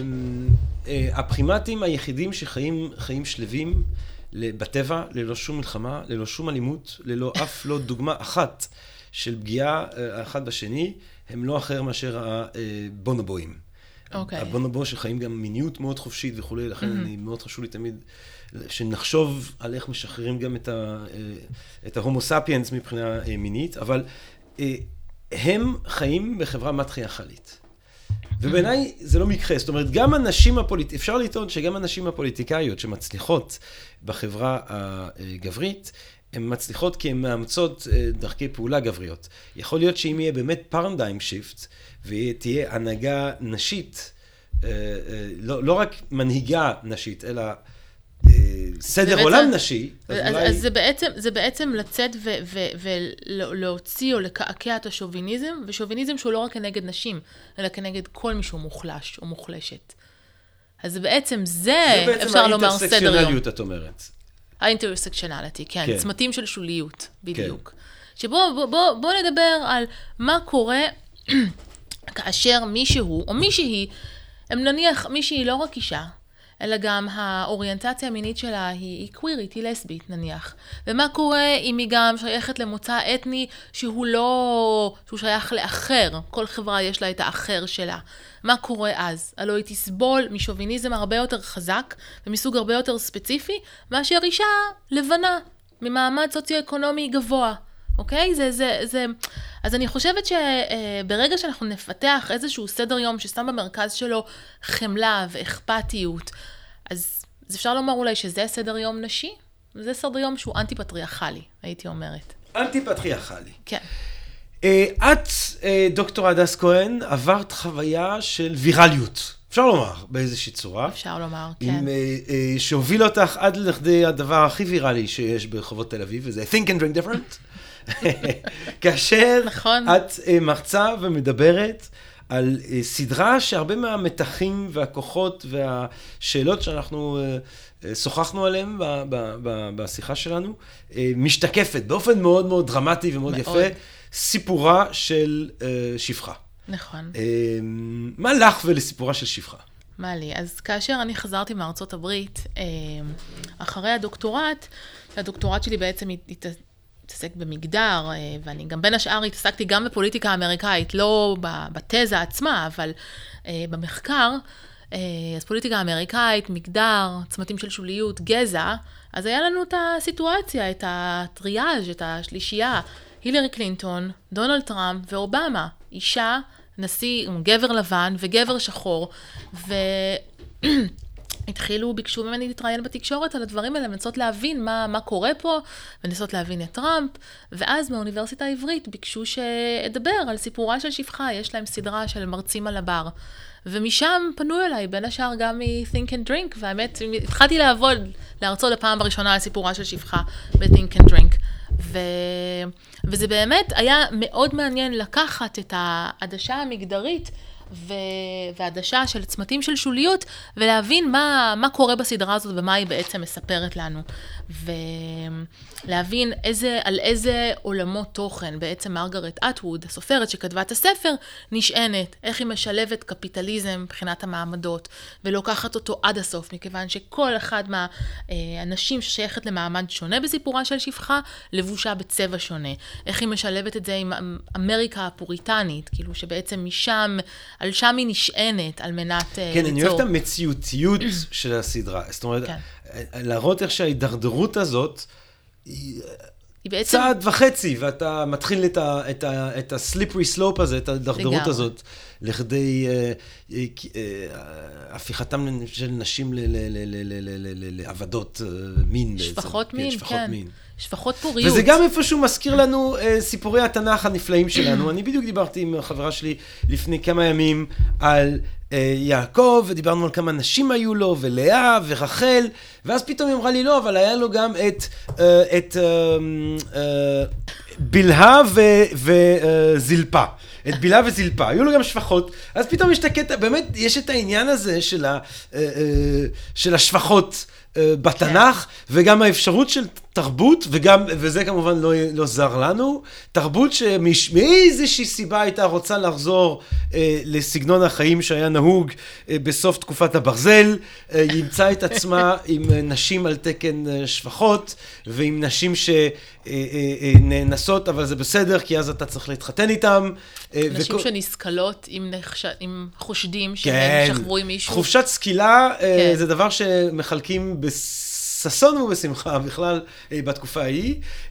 Speaker 1: הפרימטים היחידים שחיים חיים שלווים בטבע, ללא שום מלחמה, ללא שום אלימות, ללא אף לא דוגמה אחת של פגיעה אחד בשני, הם לא אחר מאשר הבונובואים.
Speaker 2: אוקיי.
Speaker 1: הבונובו שחיים גם מיניות מאוד חופשית וכולי, לכן אני מאוד חשוב לי תמיד שנחשוב על איך משחררים גם את ההומו ספיאנס מבחינה מינית, אבל הם חיים בחברה מטריארכלית. ובעיניי זה לא מקרה, זאת אומרת, גם הנשים הפוליטיקאיות, אפשר לטעון שגם הנשים הפוליטיקאיות שמצליחות בחברה הגברית, הן מצליחות כי הן מאמצות דרכי פעולה גבריות. יכול להיות שאם יהיה באמת פרנדיים שיפט, ותהיה הנהגה נשית, לא, לא רק מנהיגה נשית, אלא סדר בעצם, עולם נשי.
Speaker 2: אז, אז, אולי... אז זה, בעצם, זה בעצם לצאת ו, ו, ולהוציא או לקעקע את השוביניזם, ושוביניזם שהוא לא רק כנגד נשים, אלא כנגד כל מישהו מוחלש או מוחלשת. אז בעצם זה, זה בעצם אפשר לומר סדר יום. זה בעצם האינטרסקציונליות,
Speaker 1: את אומרת.
Speaker 2: האינטרסקציונליטי, כן, כן. צמתים של שוליות, בדיוק.
Speaker 1: כן.
Speaker 2: שבוא בוא, בוא, בוא נדבר על מה קורה כאשר מישהו או מישהי, הם נניח מישהי לא רק אישה, אלא גם האוריינטציה המינית שלה היא, היא קווירית, היא לסבית נניח. ומה קורה אם היא גם שייכת למוצא אתני שהוא לא, שהוא שייך לאחר, כל חברה יש לה את האחר שלה. מה קורה אז? הלוא היא תסבול משוביניזם הרבה יותר חזק ומסוג הרבה יותר ספציפי, מאשר אישה לבנה, ממעמד סוציו-אקונומי גבוה. אוקיי? זה, זה, זה... אז אני חושבת שברגע שאנחנו נפתח איזשהו סדר יום ששם במרכז שלו חמלה ואכפתיות, אז אפשר לומר אולי שזה סדר יום נשי? זה סדר יום שהוא אנטי-פטריארכלי, הייתי אומרת.
Speaker 1: אנטי-פטריארכלי.
Speaker 2: כן.
Speaker 1: את, דוקטור הדס כהן, עברת חוויה של וירליות. אפשר לומר, באיזושהי צורה.
Speaker 2: אפשר לומר, כן.
Speaker 1: עם, שהוביל אותך עד לכדי הדבר הכי ויראלי שיש ברחובות תל אביב, וזה think and drink different. כאשר
Speaker 2: נכון.
Speaker 1: את מרצה ומדברת על סדרה שהרבה מהמתחים והכוחות והשאלות שאנחנו שוחחנו עליהם בשיחה שלנו, משתקפת באופן מאוד מאוד דרמטי ומאוד יפה, סיפורה של שפחה.
Speaker 2: נכון.
Speaker 1: מה לך ולסיפורה של שפחה?
Speaker 2: מה לי? אז כאשר אני חזרתי מארצות הברית, אחרי הדוקטורט, הדוקטורט שלי בעצם התעסק במגדר, ואני גם בין השאר התעסקתי גם בפוליטיקה האמריקאית, לא בתזה עצמה, אבל במחקר, אז פוליטיקה האמריקאית, מגדר, צמתים של שוליות, גזע, אז היה לנו את הסיטואציה, את הטריאז', את השלישייה, הילרי קלינטון, דונלד טראמפ ואובמה, אישה, נשיא, גבר לבן וגבר שחור, והתחילו, ביקשו ממני להתראיין בתקשורת על הדברים האלה, לנסות להבין מה, מה קורה פה, ולנסות להבין את טראמפ, ואז מהאוניברסיטה העברית ביקשו שאדבר על סיפורה של שפחה, יש להם סדרה של מרצים על הבר, ומשם פנו אליי, בין השאר גם מ-Think and Drink, והאמת, התחלתי לעבוד, להרצות לפעם הראשונה על סיפורה של שפחה ב-Think and Drink, ו... וזה באמת היה מאוד מעניין לקחת את העדשה המגדרית ו... והעדשה של צמתים של שוליות, ולהבין מה, מה קורה בסדרה הזאת ומה היא בעצם מספרת לנו. ולהבין איזה, על איזה עולמות תוכן בעצם מרגרט אטווד, הסופרת שכתבה את הספר, נשענת, איך היא משלבת קפיטליזם מבחינת המעמדות, ולוקחת אותו עד הסוף, מכיוון שכל אחד מהאנשים ששייכת למעמד שונה בסיפורה של שפחה, לבושה בצבע שונה. איך היא משלבת את זה עם אמריקה הפוריטנית, כאילו שבעצם משם, על שם היא נשענת, על מנת
Speaker 1: כן,
Speaker 2: ליצור.
Speaker 1: כן, אני אוהב את המציאותיות של הסדרה. זאת אומרת, כן. להראות איך שההידרדרות הזאת, היא בעצם... צעד וחצי, ואתה מתחיל את ה, את ה, את ה-slippery slope הזה, את ההידרדרות הזאת, לכדי הפיכתם של נשים לעבדות מין.
Speaker 2: שפחות מין, כן. שפחות פוריות.
Speaker 1: וזה גם איפשהו מזכיר לנו סיפורי התנ"ך הנפלאים שלנו. אני בדיוק דיברתי עם חברה שלי לפני כמה ימים על יעקב, ודיברנו על כמה נשים היו לו, ולאה ורחל, ואז פתאום היא אמרה לי לא, אבל היה לו גם את, את בלהה וזלפה. את בילה וזלפה. היו לו גם שפחות. אז פתאום יש את הקטע, באמת יש את העניין הזה של, ה, של השפחות בתנ"ך, וגם האפשרות של תרבות, וגם, וזה כמובן לא, לא זר לנו, תרבות שמאיזושהי סיבה הייתה רוצה לחזור אה, לסגנון החיים שהיה נהוג אה, בסוף תקופת הברזל, אה, ימצא את עצמה עם נשים על תקן אה, שפחות, ועם נשים שנאנסות, אבל זה בסדר, כי אז אתה צריך להתחתן איתם.
Speaker 2: אה, נשים וכו... שנסקלות עם, נחש... עם חושדים שהם כן. שחרו עם מישהו.
Speaker 1: חופשת סקילה אה, כן. זה דבר שמחלקים בס... ששון ובשמחה בכלל בתקופה ההיא,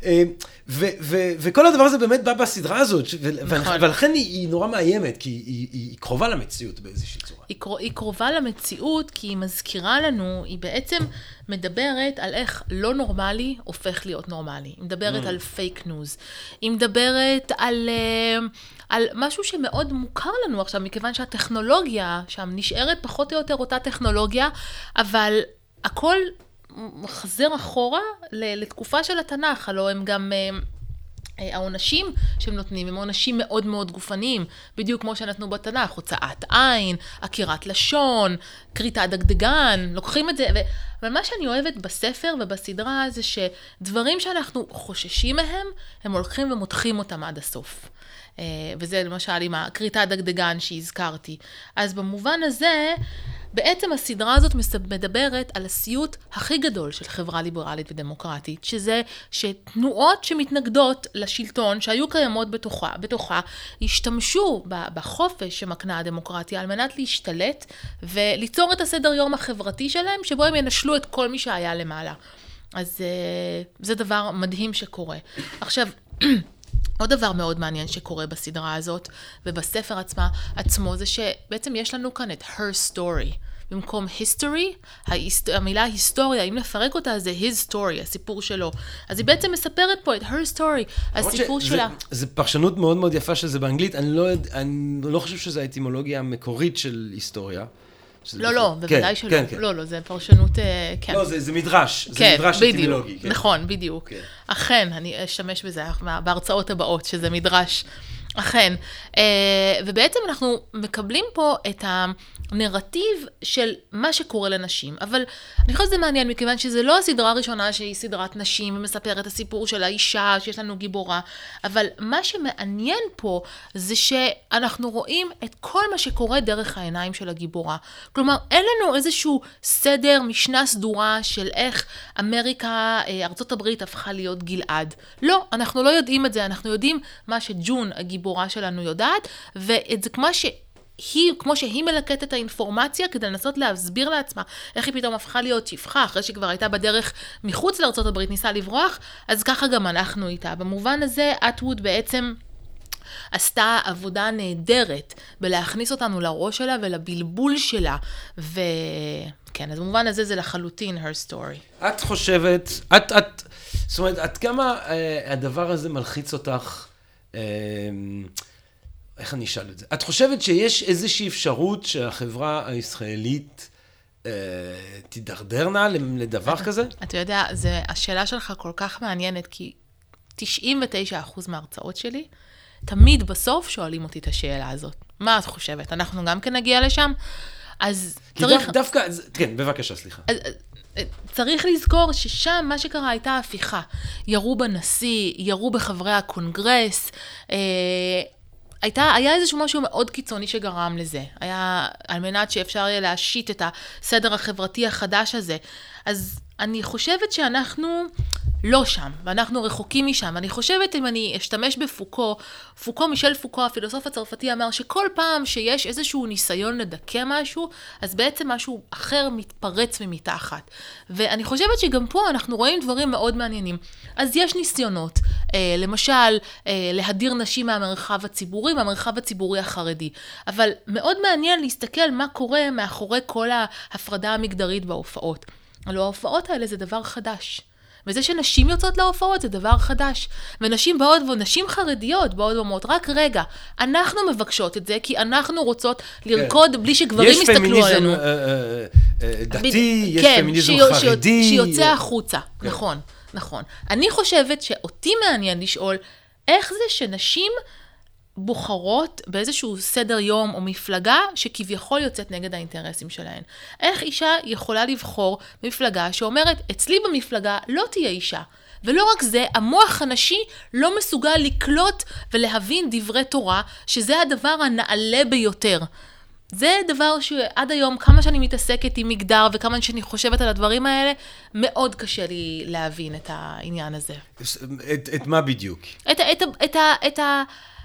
Speaker 1: ו- ו- וכל הדבר הזה באמת בא בסדרה הזאת, נכון. ולכן היא, היא נורא מאיימת, כי היא, היא, היא קרובה למציאות באיזושהי צורה.
Speaker 2: היא, קר- היא קרובה למציאות, כי היא מזכירה לנו, היא בעצם מדברת על איך לא נורמלי הופך להיות נורמלי. היא מדברת mm. על פייק ניוז. היא מדברת על, על משהו שמאוד מוכר לנו עכשיו, מכיוון שהטכנולוגיה שם נשארת פחות או יותר אותה טכנולוגיה, אבל הכל מחזר אחורה לתקופה של התנ"ך, הלוא הם גם העונשים שהם נותנים, הם עונשים מאוד מאוד גופניים, בדיוק כמו שנתנו בתנ"ך, הוצאת עין, עקירת לשון, כריתה דגדגן, לוקחים את זה, ו... אבל מה שאני אוהבת בספר ובסדרה זה שדברים שאנחנו חוששים מהם, הם הולכים ומותחים אותם עד הסוף. וזה למשל עם הכריתה דגדגן שהזכרתי. אז במובן הזה, בעצם הסדרה הזאת מדברת על הסיוט הכי גדול של חברה ליברלית ודמוקרטית, שזה שתנועות שמתנגדות לשלטון שהיו קיימות בתוכה, בתוכה השתמשו בחופש שמקנה הדמוקרטיה על מנת להשתלט וליצור את הסדר יום החברתי שלהם, שבו הם ינשלו את כל מי שהיה למעלה. אז זה דבר מדהים שקורה. עכשיו, עוד דבר מאוד מעניין שקורה בסדרה הזאת ובספר עצמה, עצמו, זה שבעצם יש לנו כאן את her story. במקום history, ההיסט... המילה היסטוריה, אם נפרק אותה, זה his story, הסיפור שלו. אז היא בעצם מספרת פה את her story, הסיפור שלה.
Speaker 1: זה, זה פרשנות מאוד מאוד יפה של זה באנגלית. אני לא, אני לא חושב שזו האטימולוגיה המקורית של היסטוריה.
Speaker 2: לא, לא, בוודאי שלא. לא, לא, זה פרשנות, כן.
Speaker 1: לא, זה מדרש, זה מדרש אטימולוגי.
Speaker 2: נכון, בדיוק. אכן, אני אשמש בזה בהרצאות הבאות, שזה מדרש. אכן. ובעצם אנחנו מקבלים פה את הנרטיב של מה שקורה לנשים. אבל אני חושבת שזה מעניין, מכיוון שזה לא הסדרה הראשונה שהיא סדרת נשים, ומספרת את הסיפור של האישה, שיש לנו גיבורה. אבל מה שמעניין פה, זה שאנחנו רואים את כל מה שקורה דרך העיניים של הגיבורה. כלומר, אין לנו איזשהו סדר, משנה סדורה של איך אמריקה, ארצות הברית הפכה להיות גלעד. לא, אנחנו לא יודעים את זה, אנחנו יודעים מה שג'ון, הגיבורה שלנו, יודעת, ואת זה כמו שהיא, כמו שהיא מלקטת את האינפורמציה, כדי לנסות להסביר לעצמה איך היא פתאום הפכה להיות שפחה, אחרי שהיא כבר הייתה בדרך מחוץ לארצות הברית, ניסה לברוח, אז ככה גם אנחנו איתה. במובן הזה, אטווד בעצם עשתה עבודה נהדרת בלהכניס אותנו לראש שלה ולבלבול שלה, וכן, אז במובן הזה זה לחלוטין her story.
Speaker 1: את חושבת, את, את, זאת אומרת, עד כמה אה, הדבר הזה מלחיץ אותך, אה, איך אני אשאל את זה? את חושבת שיש איזושהי אפשרות שהחברה הישראלית אה, תידרדרנה לדבר
Speaker 2: אתה,
Speaker 1: כזה?
Speaker 2: אתה יודע, זה, השאלה שלך כל כך מעניינת, כי תשעים ותשעה אחוז מההרצאות שלי, תמיד בסוף שואלים אותי את השאלה הזאת. מה את חושבת? אנחנו גם כן נגיע לשם? אז צריך...
Speaker 1: דו, דווקא, כן, בבקשה, סליחה.
Speaker 2: אז, צריך לזכור ששם מה שקרה הייתה הפיכה. ירו בנשיא, ירו בחברי הקונגרס, אה, הייתה, היה איזשהו משהו מאוד קיצוני שגרם לזה. היה על מנת שאפשר יהיה להשית את הסדר החברתי החדש הזה. אז אני חושבת שאנחנו לא שם, ואנחנו רחוקים משם. אני חושבת, אם אני אשתמש בפוקו, פוקו, מישל פוקו, הפילוסוף הצרפתי, אמר שכל פעם שיש איזשהו ניסיון לדכא משהו, אז בעצם משהו אחר מתפרץ ממתחת. ואני חושבת שגם פה אנחנו רואים דברים מאוד מעניינים. אז יש ניסיונות, אה, למשל, אה, להדיר נשים מהמרחב הציבורי, מהמרחב הציבורי החרדי. אבל מאוד מעניין להסתכל מה קורה מאחורי כל ההפרדה המגדרית בהופעות. אבל ההופעות האלה זה דבר חדש. וזה שנשים יוצאות להופעות זה דבר חדש. ונשים באות, ונשים חרדיות באות ואומרות, רק רגע, אנחנו מבקשות את זה, כי אנחנו רוצות לרקוד כן. בלי שגברים יסתכלו עלינו.
Speaker 1: יש פמיניזם דתי,
Speaker 2: ב-
Speaker 1: יש
Speaker 2: כן,
Speaker 1: פמיניזם
Speaker 2: שיוצא,
Speaker 1: חרדי.
Speaker 2: שיוצא החוצה,
Speaker 1: כן.
Speaker 2: נכון, נכון. אני חושבת שאותי מעניין לשאול, איך זה שנשים בוחרות באיזשהו סדר יום או מפלגה שכביכול יוצאת נגד האינטרסים שלהן. איך אישה יכולה לבחור מפלגה שאומרת, אצלי במפלגה לא תהיה אישה. ולא רק זה, המוח הנשי לא מסוגל לקלוט ולהבין דברי תורה, שזה הדבר הנעלה ביותר. זה דבר שעד היום, כמה שאני מתעסקת עם מגדר וכמה שאני חושבת על הדברים האלה, מאוד קשה לי להבין את העניין הזה.
Speaker 1: את, את מה בדיוק?
Speaker 2: את, את, את, את, את ה...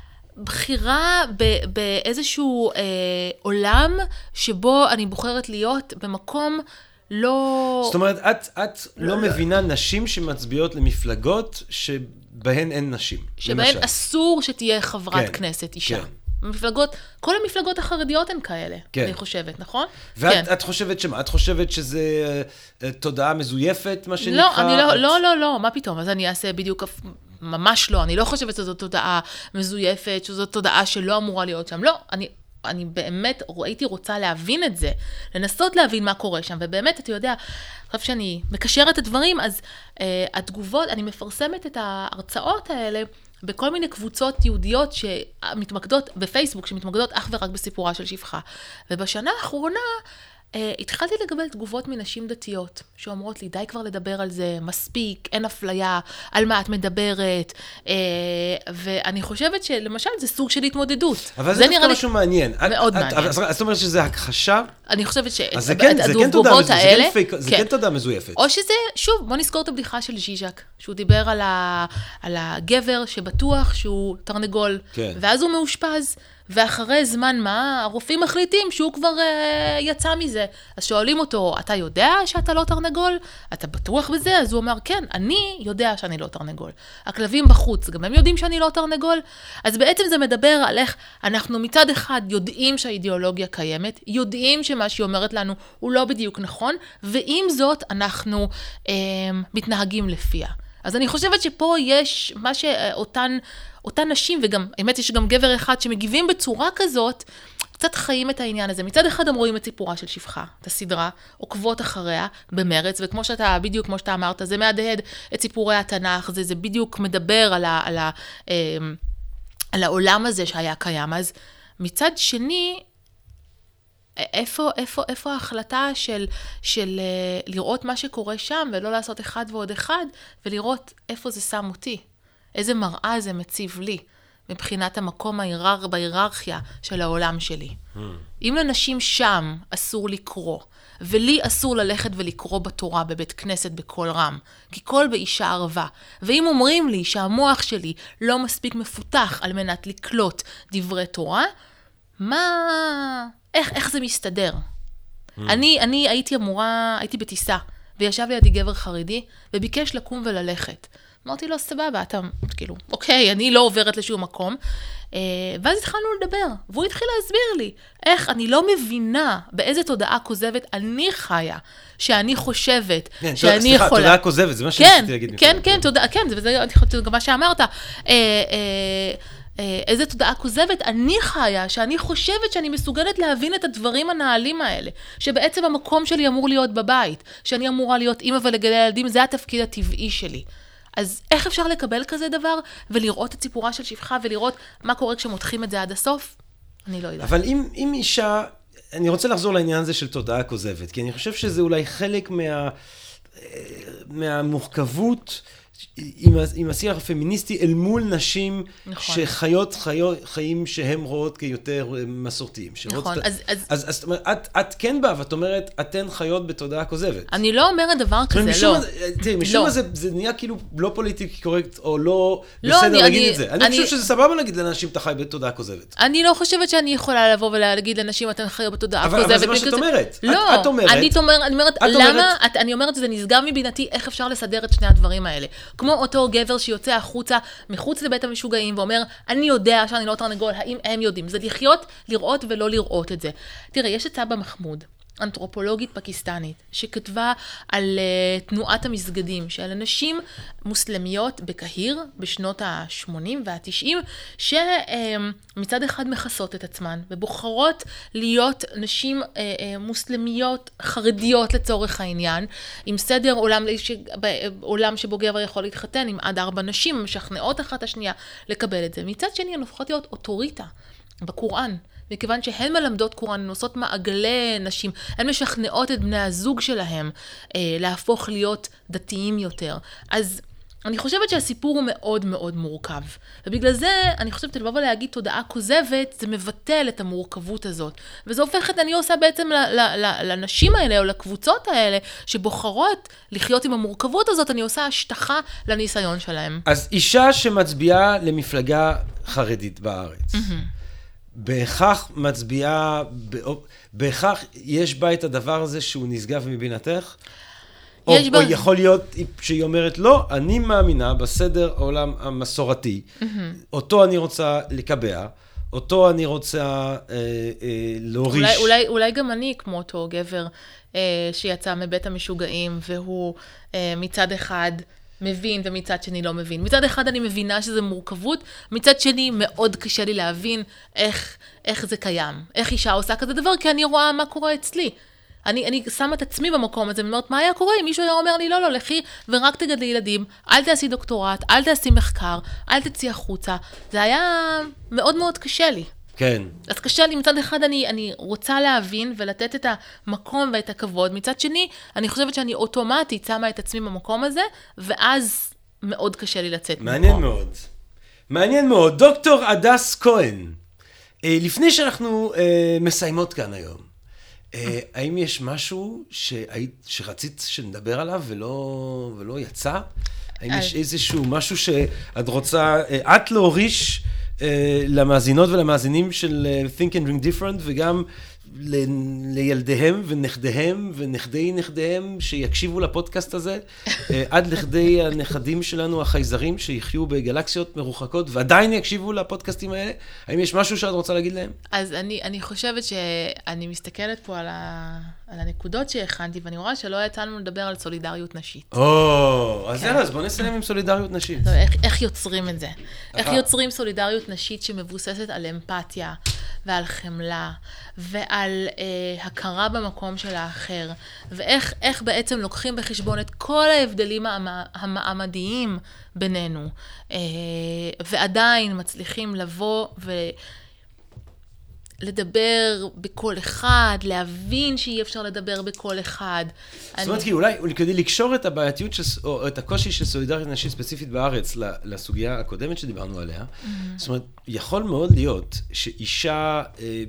Speaker 2: בחירה באיזשהו אה, עולם שבו אני בוחרת להיות במקום לא...
Speaker 1: זאת אומרת, את, את לא מבינה נשים שמצביעות למפלגות שבהן אין נשים.
Speaker 2: שבהן
Speaker 1: למשל.
Speaker 2: אסור שתהיה חברת
Speaker 1: כן,
Speaker 2: כנסת אישה.
Speaker 1: כן.
Speaker 2: מפלגות, כל המפלגות החרדיות הן כאלה,
Speaker 1: כן.
Speaker 2: אני חושבת, נכון?
Speaker 1: ואת
Speaker 2: כן.
Speaker 1: את חושבת שמה? את חושבת שזה uh, תודעה מזויפת, מה שנקרא?
Speaker 2: לא, אני לא,
Speaker 1: את...
Speaker 2: לא, לא, לא, מה פתאום? אז אני אעשה בדיוק, ממש לא, אני לא חושבת שזו תודעה מזויפת, שזו תודעה שלא אמורה להיות שם. לא, אני, אני באמת הייתי רוצה להבין את זה, לנסות להבין מה קורה שם, ובאמת, אתה יודע, עכשיו שאני מקשרת את הדברים, אז uh, התגובות, אני מפרסמת את ההרצאות האלה, בכל מיני קבוצות יהודיות שמתמקדות בפייסבוק, שמתמקדות אך ורק בסיפורה של שפחה. ובשנה האחרונה אה, התחלתי לקבל תגובות מנשים דתיות, שאומרות לי, די כבר לדבר על זה, מספיק, אין אפליה, על מה את מדברת. אה, ואני חושבת שלמשל זה סוג של התמודדות.
Speaker 1: אבל זה דווקא משהו מעניין.
Speaker 2: מאוד
Speaker 1: את,
Speaker 2: מעניין.
Speaker 1: את, זאת אומרת שזה הכחשה?
Speaker 2: אני חושבת
Speaker 1: אז זה כן, זה כן תודעה מזויפת, זה כן פייק, זה כן תודעה מזויפת.
Speaker 2: או שזה, שוב, בוא נזכור את הבדיחה של ז'יז'ק, שהוא דיבר על, ה, על הגבר שבטוח שהוא תרנגול, כן. ואז הוא מאושפז, ואחרי זמן מה, הרופאים מחליטים שהוא כבר uh, יצא מזה. אז שואלים אותו, אתה יודע שאתה לא תרנגול? אתה בטוח בזה? אז הוא אומר, כן, אני יודע שאני לא תרנגול. הכלבים בחוץ, גם הם יודעים שאני לא תרנגול? אז בעצם זה מדבר על איך אנחנו מצד אחד יודעים שהאידיאולוגיה קיימת, יודעים שמה שהיא אומרת לנו הוא לא בדיוק נכון, ועם זאת אנחנו אה, מתנהגים לפיה. אז אני חושבת שפה יש מה שאותן אותן נשים, וגם, האמת יש גם גבר אחד שמגיבים בצורה כזאת, קצת חיים את העניין הזה. מצד אחד הם רואים את סיפורה של שפחה, את הסדרה, עוקבות אחריה במרץ, וכמו שאתה, בדיוק כמו שאתה אמרת, זה מהדהד את סיפורי התנ"ך, זה, זה בדיוק מדבר על ה... על ה על העולם הזה שהיה קיים. אז מצד שני, איפה, איפה, איפה ההחלטה של, של לראות מה שקורה שם, ולא לעשות אחד ועוד אחד, ולראות איפה זה שם אותי, איזה מראה זה מציב לי, מבחינת המקום ההירר, בהיררכיה של העולם שלי. Hmm. אם לנשים שם אסור לקרוא, ולי אסור ללכת ולקרוא בתורה בבית כנסת בקול רם, כי קול באישה ערבה. ואם אומרים לי שהמוח שלי לא מספיק מפותח על מנת לקלוט דברי תורה, מה... איך, איך זה מסתדר? Mm. אני, אני הייתי אמורה, הייתי בטיסה, וישב לידי גבר חרדי, וביקש לקום וללכת. אמרתי לו, סבבה, אתה, כאילו, אוקיי, אני לא עוברת לשום מקום. ואז התחלנו לדבר, והוא התחיל להסביר לי, איך אני לא מבינה באיזה תודעה כוזבת אני חיה, שאני חושבת,
Speaker 1: כן,
Speaker 2: שאני
Speaker 1: סליחה,
Speaker 2: יכולה...
Speaker 1: תודעה כוזבת, זה מה
Speaker 2: כן,
Speaker 1: שניסיתי להגיד.
Speaker 2: כן, כן, תודעה, כן, זה, זה, זה גם מה שאמרת. אה, אה, איזה תודעה כוזבת, אני חיה, שאני חושבת שאני מסוגלת להבין את הדברים הנעלים האלה, שבעצם המקום שלי אמור להיות בבית, שאני אמורה להיות אימא ולגדל ילדים, זה התפקיד הטבעי שלי. אז איך אפשר לקבל כזה דבר, ולראות את סיפורה של שפחה, ולראות מה קורה כשמותחים את זה עד הסוף? אני לא יודעת.
Speaker 1: אבל אם, אם אישה, אני רוצה לחזור לעניין הזה של תודעה כוזבת, כי אני חושב שזה אולי חלק מה, מהמורכבות, עם, עם השיח הפמיניסטי אל מול נשים נכון. שחיות חיות, חיים שהם רואות כיותר מסורתיים.
Speaker 2: נכון.
Speaker 1: שרוצת,
Speaker 2: אז, אז,
Speaker 1: אז, אז את, את כן באה, ואת אומרת, אתן חיות בתודעה כוזבת.
Speaker 2: אני לא אומרת דבר כזה,
Speaker 1: משום
Speaker 2: לא.
Speaker 1: מה, תראי, משום
Speaker 2: לא.
Speaker 1: מה זה, זה נהיה כאילו לא פוליטיקלי קורקט, או לא,
Speaker 2: לא
Speaker 1: בסדר
Speaker 2: אני,
Speaker 1: להגיד
Speaker 2: אני,
Speaker 1: את זה. אני, אני חושב שזה סבבה להגיד לאנשים, אתה חי בתודעה כוזבת.
Speaker 2: אני לא חושבת שאני יכולה לבוא ולהגיד לאנשים, אתן חיות בתודעה
Speaker 1: אבל,
Speaker 2: כוזבת.
Speaker 1: אבל זה מה שאת אומרת.
Speaker 2: לא,
Speaker 1: את, את אומרת.
Speaker 2: אני אומרת, אני אומרת,
Speaker 1: את
Speaker 2: למה,
Speaker 1: אומרת...
Speaker 2: את, אני אומרת שזה נשגב מבינתי, איך אפשר לסדר את שני הדברים האלה. כמו אותו גבר שיוצא החוצה, מחוץ לבית המשוגעים, ואומר, אני יודע שאני לא תרנגול, האם הם יודעים? זה לחיות, לראות ולא לראות את זה. תראה, יש את סבא מחמוד, אנתרופולוגית פקיסטנית, שכתבה על uh, תנועת המסגדים, של אנשים מוסלמיות בקהיר, בשנות ה-שמונים וה-תשעים, שמצד אחד מכסות את עצמן, ובוחרות להיות נשים uh, uh, מוסלמיות חרדיות לצורך העניין, עם סדר עולם, ש... עולם שבו גבר יכול להתחתן, עם עד ארבע נשים, משכנעות אחת השנייה לקבל את זה. מצד שני, הן הופכות להיות אוטוריטה בקוראן, מכיוון שהן מלמדות קוראן, הן עושות מעגלי נשים, הן משכנעות את בני הזוג שלהם אה, להפוך להיות דתיים יותר. אז אני חושבת שהסיפור הוא מאוד מאוד מורכב. ובגלל זה אני חושבת לבוא ולהגיד תודעה כוזבת, זה מבטל את המורכבות הזאת. וזה הופך את, אני עושה בעצם ל, ל, ל, לנשים האלה או לקבוצות האלה, שבוחרות לחיות עם המורכבות הזאת, אני עושה השטחה לניסיון שלהם.
Speaker 1: אז אישה שמצביעה למפלגה חרדית בארץ, mm-hmm. בהכרח מצביעה, בהכרח יש בה את הדבר הזה שהוא נשגב מבינתך? או, ב... או יכול להיות שהיא אומרת, לא, אני מאמינה בסדר העולם המסורתי, mm-hmm. אותו אני רוצה לקבע, אותו אני רוצה אה, אה, להוריש.
Speaker 2: אולי, אולי, אולי גם אני, כמו אותו גבר אה, שיצא מבית המשוגעים, והוא אה, מצד אחד מבין ומצד שני לא מבין. מצד אחד אני מבינה שזה מורכבות, מצד שני מאוד קשה לי להבין איך, איך זה קיים, איך אישה עושה כזה דבר, כי אני רואה מה קורה אצלי. אני, אני שמה את עצמי במקום הזה, ואומרת, מה היה קורה אם מישהו היה אומר לי, לא, לא, לכי ורק תגדלי ילדים, אל תעשי דוקטורט, אל תעשי מחקר, אל תצאי החוצה. זה היה מאוד מאוד קשה לי.
Speaker 1: כן.
Speaker 2: אז קשה לי, מצד אחד אני, אני רוצה להבין ולתת את המקום ואת הכבוד, מצד שני, אני חושבת שאני אוטומטית שמה את עצמי במקום הזה, ואז מאוד קשה לי לצאת.
Speaker 1: מעניין
Speaker 2: ממקום.
Speaker 1: מאוד. מעניין מאוד. דוקטור הדס כהן, לפני שאנחנו מסיימות כאן היום, האם יש משהו שהיית, שרצית שנדבר עליו ולא, ולא יצא? האם יש איזשהו משהו שאת רוצה, את להוריש למאזינות ולמאזינים של Think and Drink Different, וגם לילדיהם ונכדיהם ונכדי נכדיהם שיקשיבו לפודקאסט הזה, עד לכדי הנכדים שלנו החייזרים שיחיו בגלקסיות מרוחקות ועדיין יקשיבו לפודקאסטים האלה. האם יש משהו שאת רוצה להגיד להם?
Speaker 2: אז אני, אני חושבת שאני מסתכלת פה על, ה, על הנקודות שהכנתי, ואני רואה שלא יצא לנו לדבר על סולידריות נשית.
Speaker 1: או, אז יאללה, אז בוא נסיים עם סולידריות נשית.
Speaker 2: איך, איך יוצרים את זה? איך יוצרים סולידריות נשית שמבוססת על אמפתיה ועל חמלה, ועל אה, הכרה במקום של האחר, ואיך איך בעצם לוקחים בחשבון את כל ההבדלים המעמדיים בינינו, אה, ועדיין מצליחים לבוא ו... לדבר בכל אחד, להבין שאי אפשר לדבר בכל אחד.
Speaker 1: זאת אומרת, כי אולי, כדי לקשור את הבעייתיות, או את הקושי של סולידריות נשית ספציפית בארץ, לסוגיה הקודמת שדיברנו עליה, זאת אומרת, יכול מאוד להיות שאישה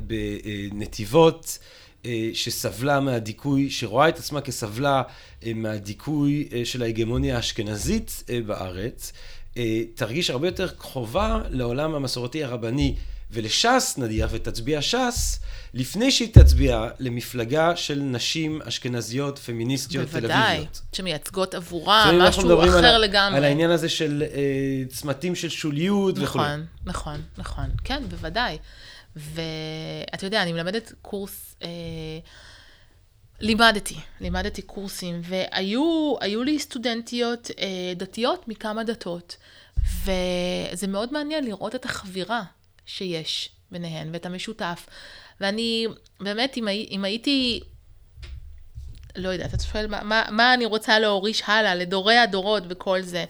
Speaker 1: בנתיבות, שסבלה מהדיכוי, שרואה את עצמה כסבלה מהדיכוי של ההגמוניה האשכנזית בארץ, תרגיש הרבה יותר קרובה לעולם המסורתי הרבני, ולש"ס נדיח ותצביע ש"ס, לפני שהיא תצביע למפלגה של נשים אשכנזיות, פמיניסטיות, תל אביביות.
Speaker 2: בוודאי, שמייצגות עבורה, משהו אחר
Speaker 1: על,
Speaker 2: לגמרי.
Speaker 1: על העניין הזה של אה, צמתים של שוליות
Speaker 2: נכון,
Speaker 1: וכו'.
Speaker 2: נכון, נכון, נכון. כן, בוודאי. ואת יודע, אני מלמדת קורס, אה, לימדתי, לימדתי קורסים, והיו היו לי סטודנטיות אה, דתיות מכמה דתות, וזה מאוד מעניין לראות את החבירה שיש ביניהן, ואת המשותף. ואני, באמת, אם, אם הייתי, לא יודעת, אתה שואל, מה, מה, מה אני רוצה להוריש הלאה, לדורי הדורות וכל זה,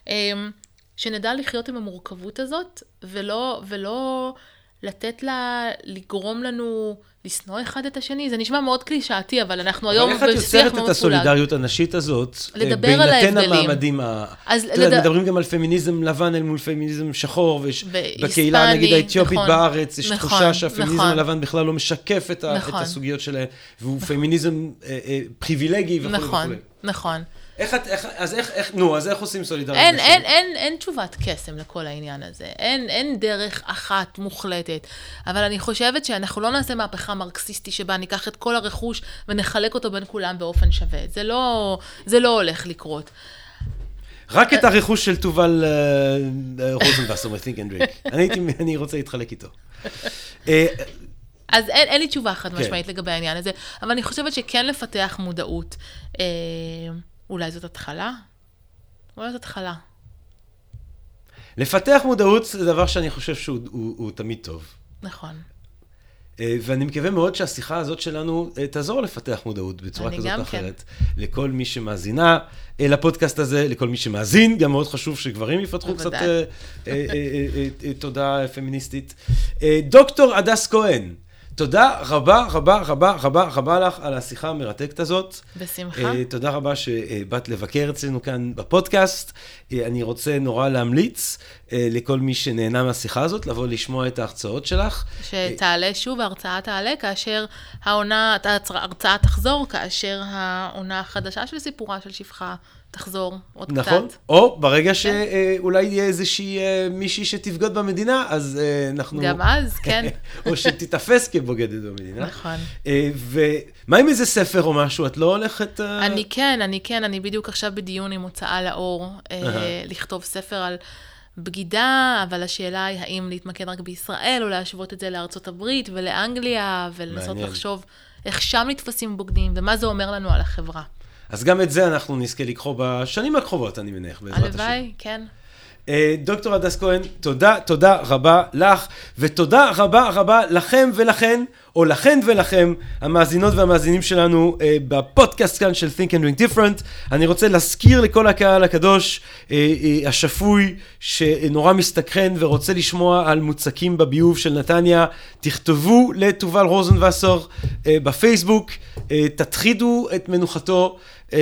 Speaker 2: שנדע לחיות עם המורכבות הזאת, ולא, ולא בלתת לה, לגרום לנו לשנוא אחד את השני. זה נשמע מאוד קלישאתי, אבל אנחנו היום בשיח מאוד
Speaker 1: פולג. אבל איך את יוצרת את הסולידריות הנשית הזאת?
Speaker 2: לדבר על ההבדלים.
Speaker 1: בהינתן המעמדים, מדברים גם על פמיניזם לבן אל מול פמיניזם שחור, ובקהילה נגיד האתיופית בארץ, יש תחושה שהפמיניזם הלבן בכלל לא משקף את הסוגיות שלהם, והוא פמיניזם פריבילגי וכו'.
Speaker 2: נכון, נכון.
Speaker 1: איך את, איך, אז איך, איך, נו, אז איך עושים סולידריות?
Speaker 2: אין, אין, אין, אין תשובת קסם לכל העניין הזה. אין, אין דרך אחת מוחלטת. אבל אני חושבת שאנחנו לא נעשה מהפכה מרקסיסטי שבה ניקח את כל הרכוש ונחלק אותו בין כולם באופן שווה. זה לא, זה לא הולך לקרות.
Speaker 1: רק את הרכוש של תובל רוזנבסר, I think and drink. אני הייתי, אני רוצה להתחלק איתו.
Speaker 2: אז אין, אין לי תשובה חד משמעית לגבי העניין הזה, אבל אני חושבת שכן לפתח מודעות. אולי זאת התחלה? אולי זאת התחלה.
Speaker 1: לפתח מודעות זה דבר שאני חושב שהוא הוא, הוא תמיד טוב.
Speaker 2: נכון.
Speaker 1: ואני מקווה מאוד שהשיחה הזאת שלנו תעזור לפתח מודעות בצורה כזאת או אחרת. כן. לכל מי שמאזינה לפודקאסט הזה, לכל מי שמאזין, גם מאוד חשוב שגברים יפתחו קצת תודעה פמיניסטית. דוקטור הדס כהן, תודה רבה, רבה, רבה, רבה, רבה לך על השיחה המרתקת הזאת.
Speaker 2: בשמחה.
Speaker 1: תודה רבה שבאת לבקר אצלנו כאן בפודקאסט. אני רוצה נורא להמליץ לכל מי שנהנה מהשיחה הזאת, לבוא לשמוע את ההרצאות שלך.
Speaker 2: שתעלה שוב, ההרצאה תעלה, כאשר העונה, ההרצאה תחזור, כאשר העונה החדשה של סיפורה של שפחה תחזור עוד קצת.
Speaker 1: נכון, או ברגע שאולי יהיה איזושהי מישהי שתבגוד במדינה, אז אנחנו...
Speaker 2: גם אז, כן.
Speaker 1: או שתתאפס כבוגדת במדינה.
Speaker 2: נכון.
Speaker 1: ומה עם איזה ספר או משהו? את לא הולכת...
Speaker 2: אני כן, אני כן, אני בדיוק עכשיו בדיון עם הוצאה לאור, לכתוב ספר על בגידה, אבל השאלה היא האם להתמקד רק בישראל, או להשוות את זה לארצות הברית ולאנגליה, ולנסות לחשוב איך שם נתפסים בוגדים, ומה זה אומר לנו על החברה.
Speaker 1: אז גם את זה אנחנו נזכה לקחו בשנים הקרובות, אני מניח, בעזרת השם.
Speaker 2: הלוואי, כן.
Speaker 1: דוקטור הדס כהן, תודה, תודה רבה לך, ותודה רבה רבה לכם ולכן, או לכן ולכם, המאזינות והמאזינים שלנו בפודקאסט כאן של Think and Drink Different. אני רוצה להזכיר לכל הקהל הקדוש, השפוי, שנורא מסתקרן ורוצה לשמוע על מוצקים בביוב של נתניה, תכתבו לתובל רוזנבסר בפייסבוק, תתחידו את מנוחתו,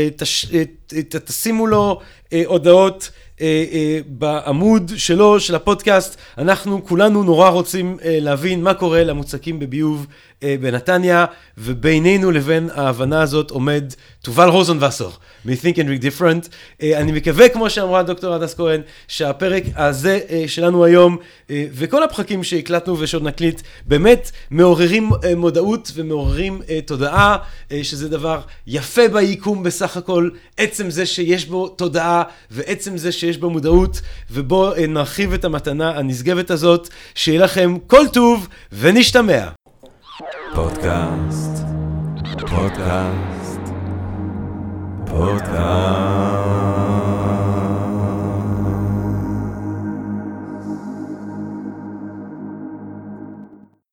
Speaker 1: תשימו לו הודעות, בעמוד שלו, של הפודקאסט. אנחנו כולנו נורא רוצים להבין מה קורה למוצקים בביוב בנתניה, ובינינו לבין ההבנה הזאת עומד תובל רוזנבסר מ-Think and Drink Different. אני מקווה, כמו שאמרה דוקטור הדס כהן, שהפרק הזה שלנו היום, וכל הפרקים שהקלטנו ושעוד נקליט, באמת מעוררים מודעות ומעוררים תודעה, שזה דבר יפה ביקום בסך הכל, עצם זה שיש בו תודעה, ועצם זה שיש בו מודעות, ובו נרחיב את המתנה הנשגבת הזאת. שיהיה לכם כל טוב ונשתמע. פודקאסט, פודקאסט, פודקאסט.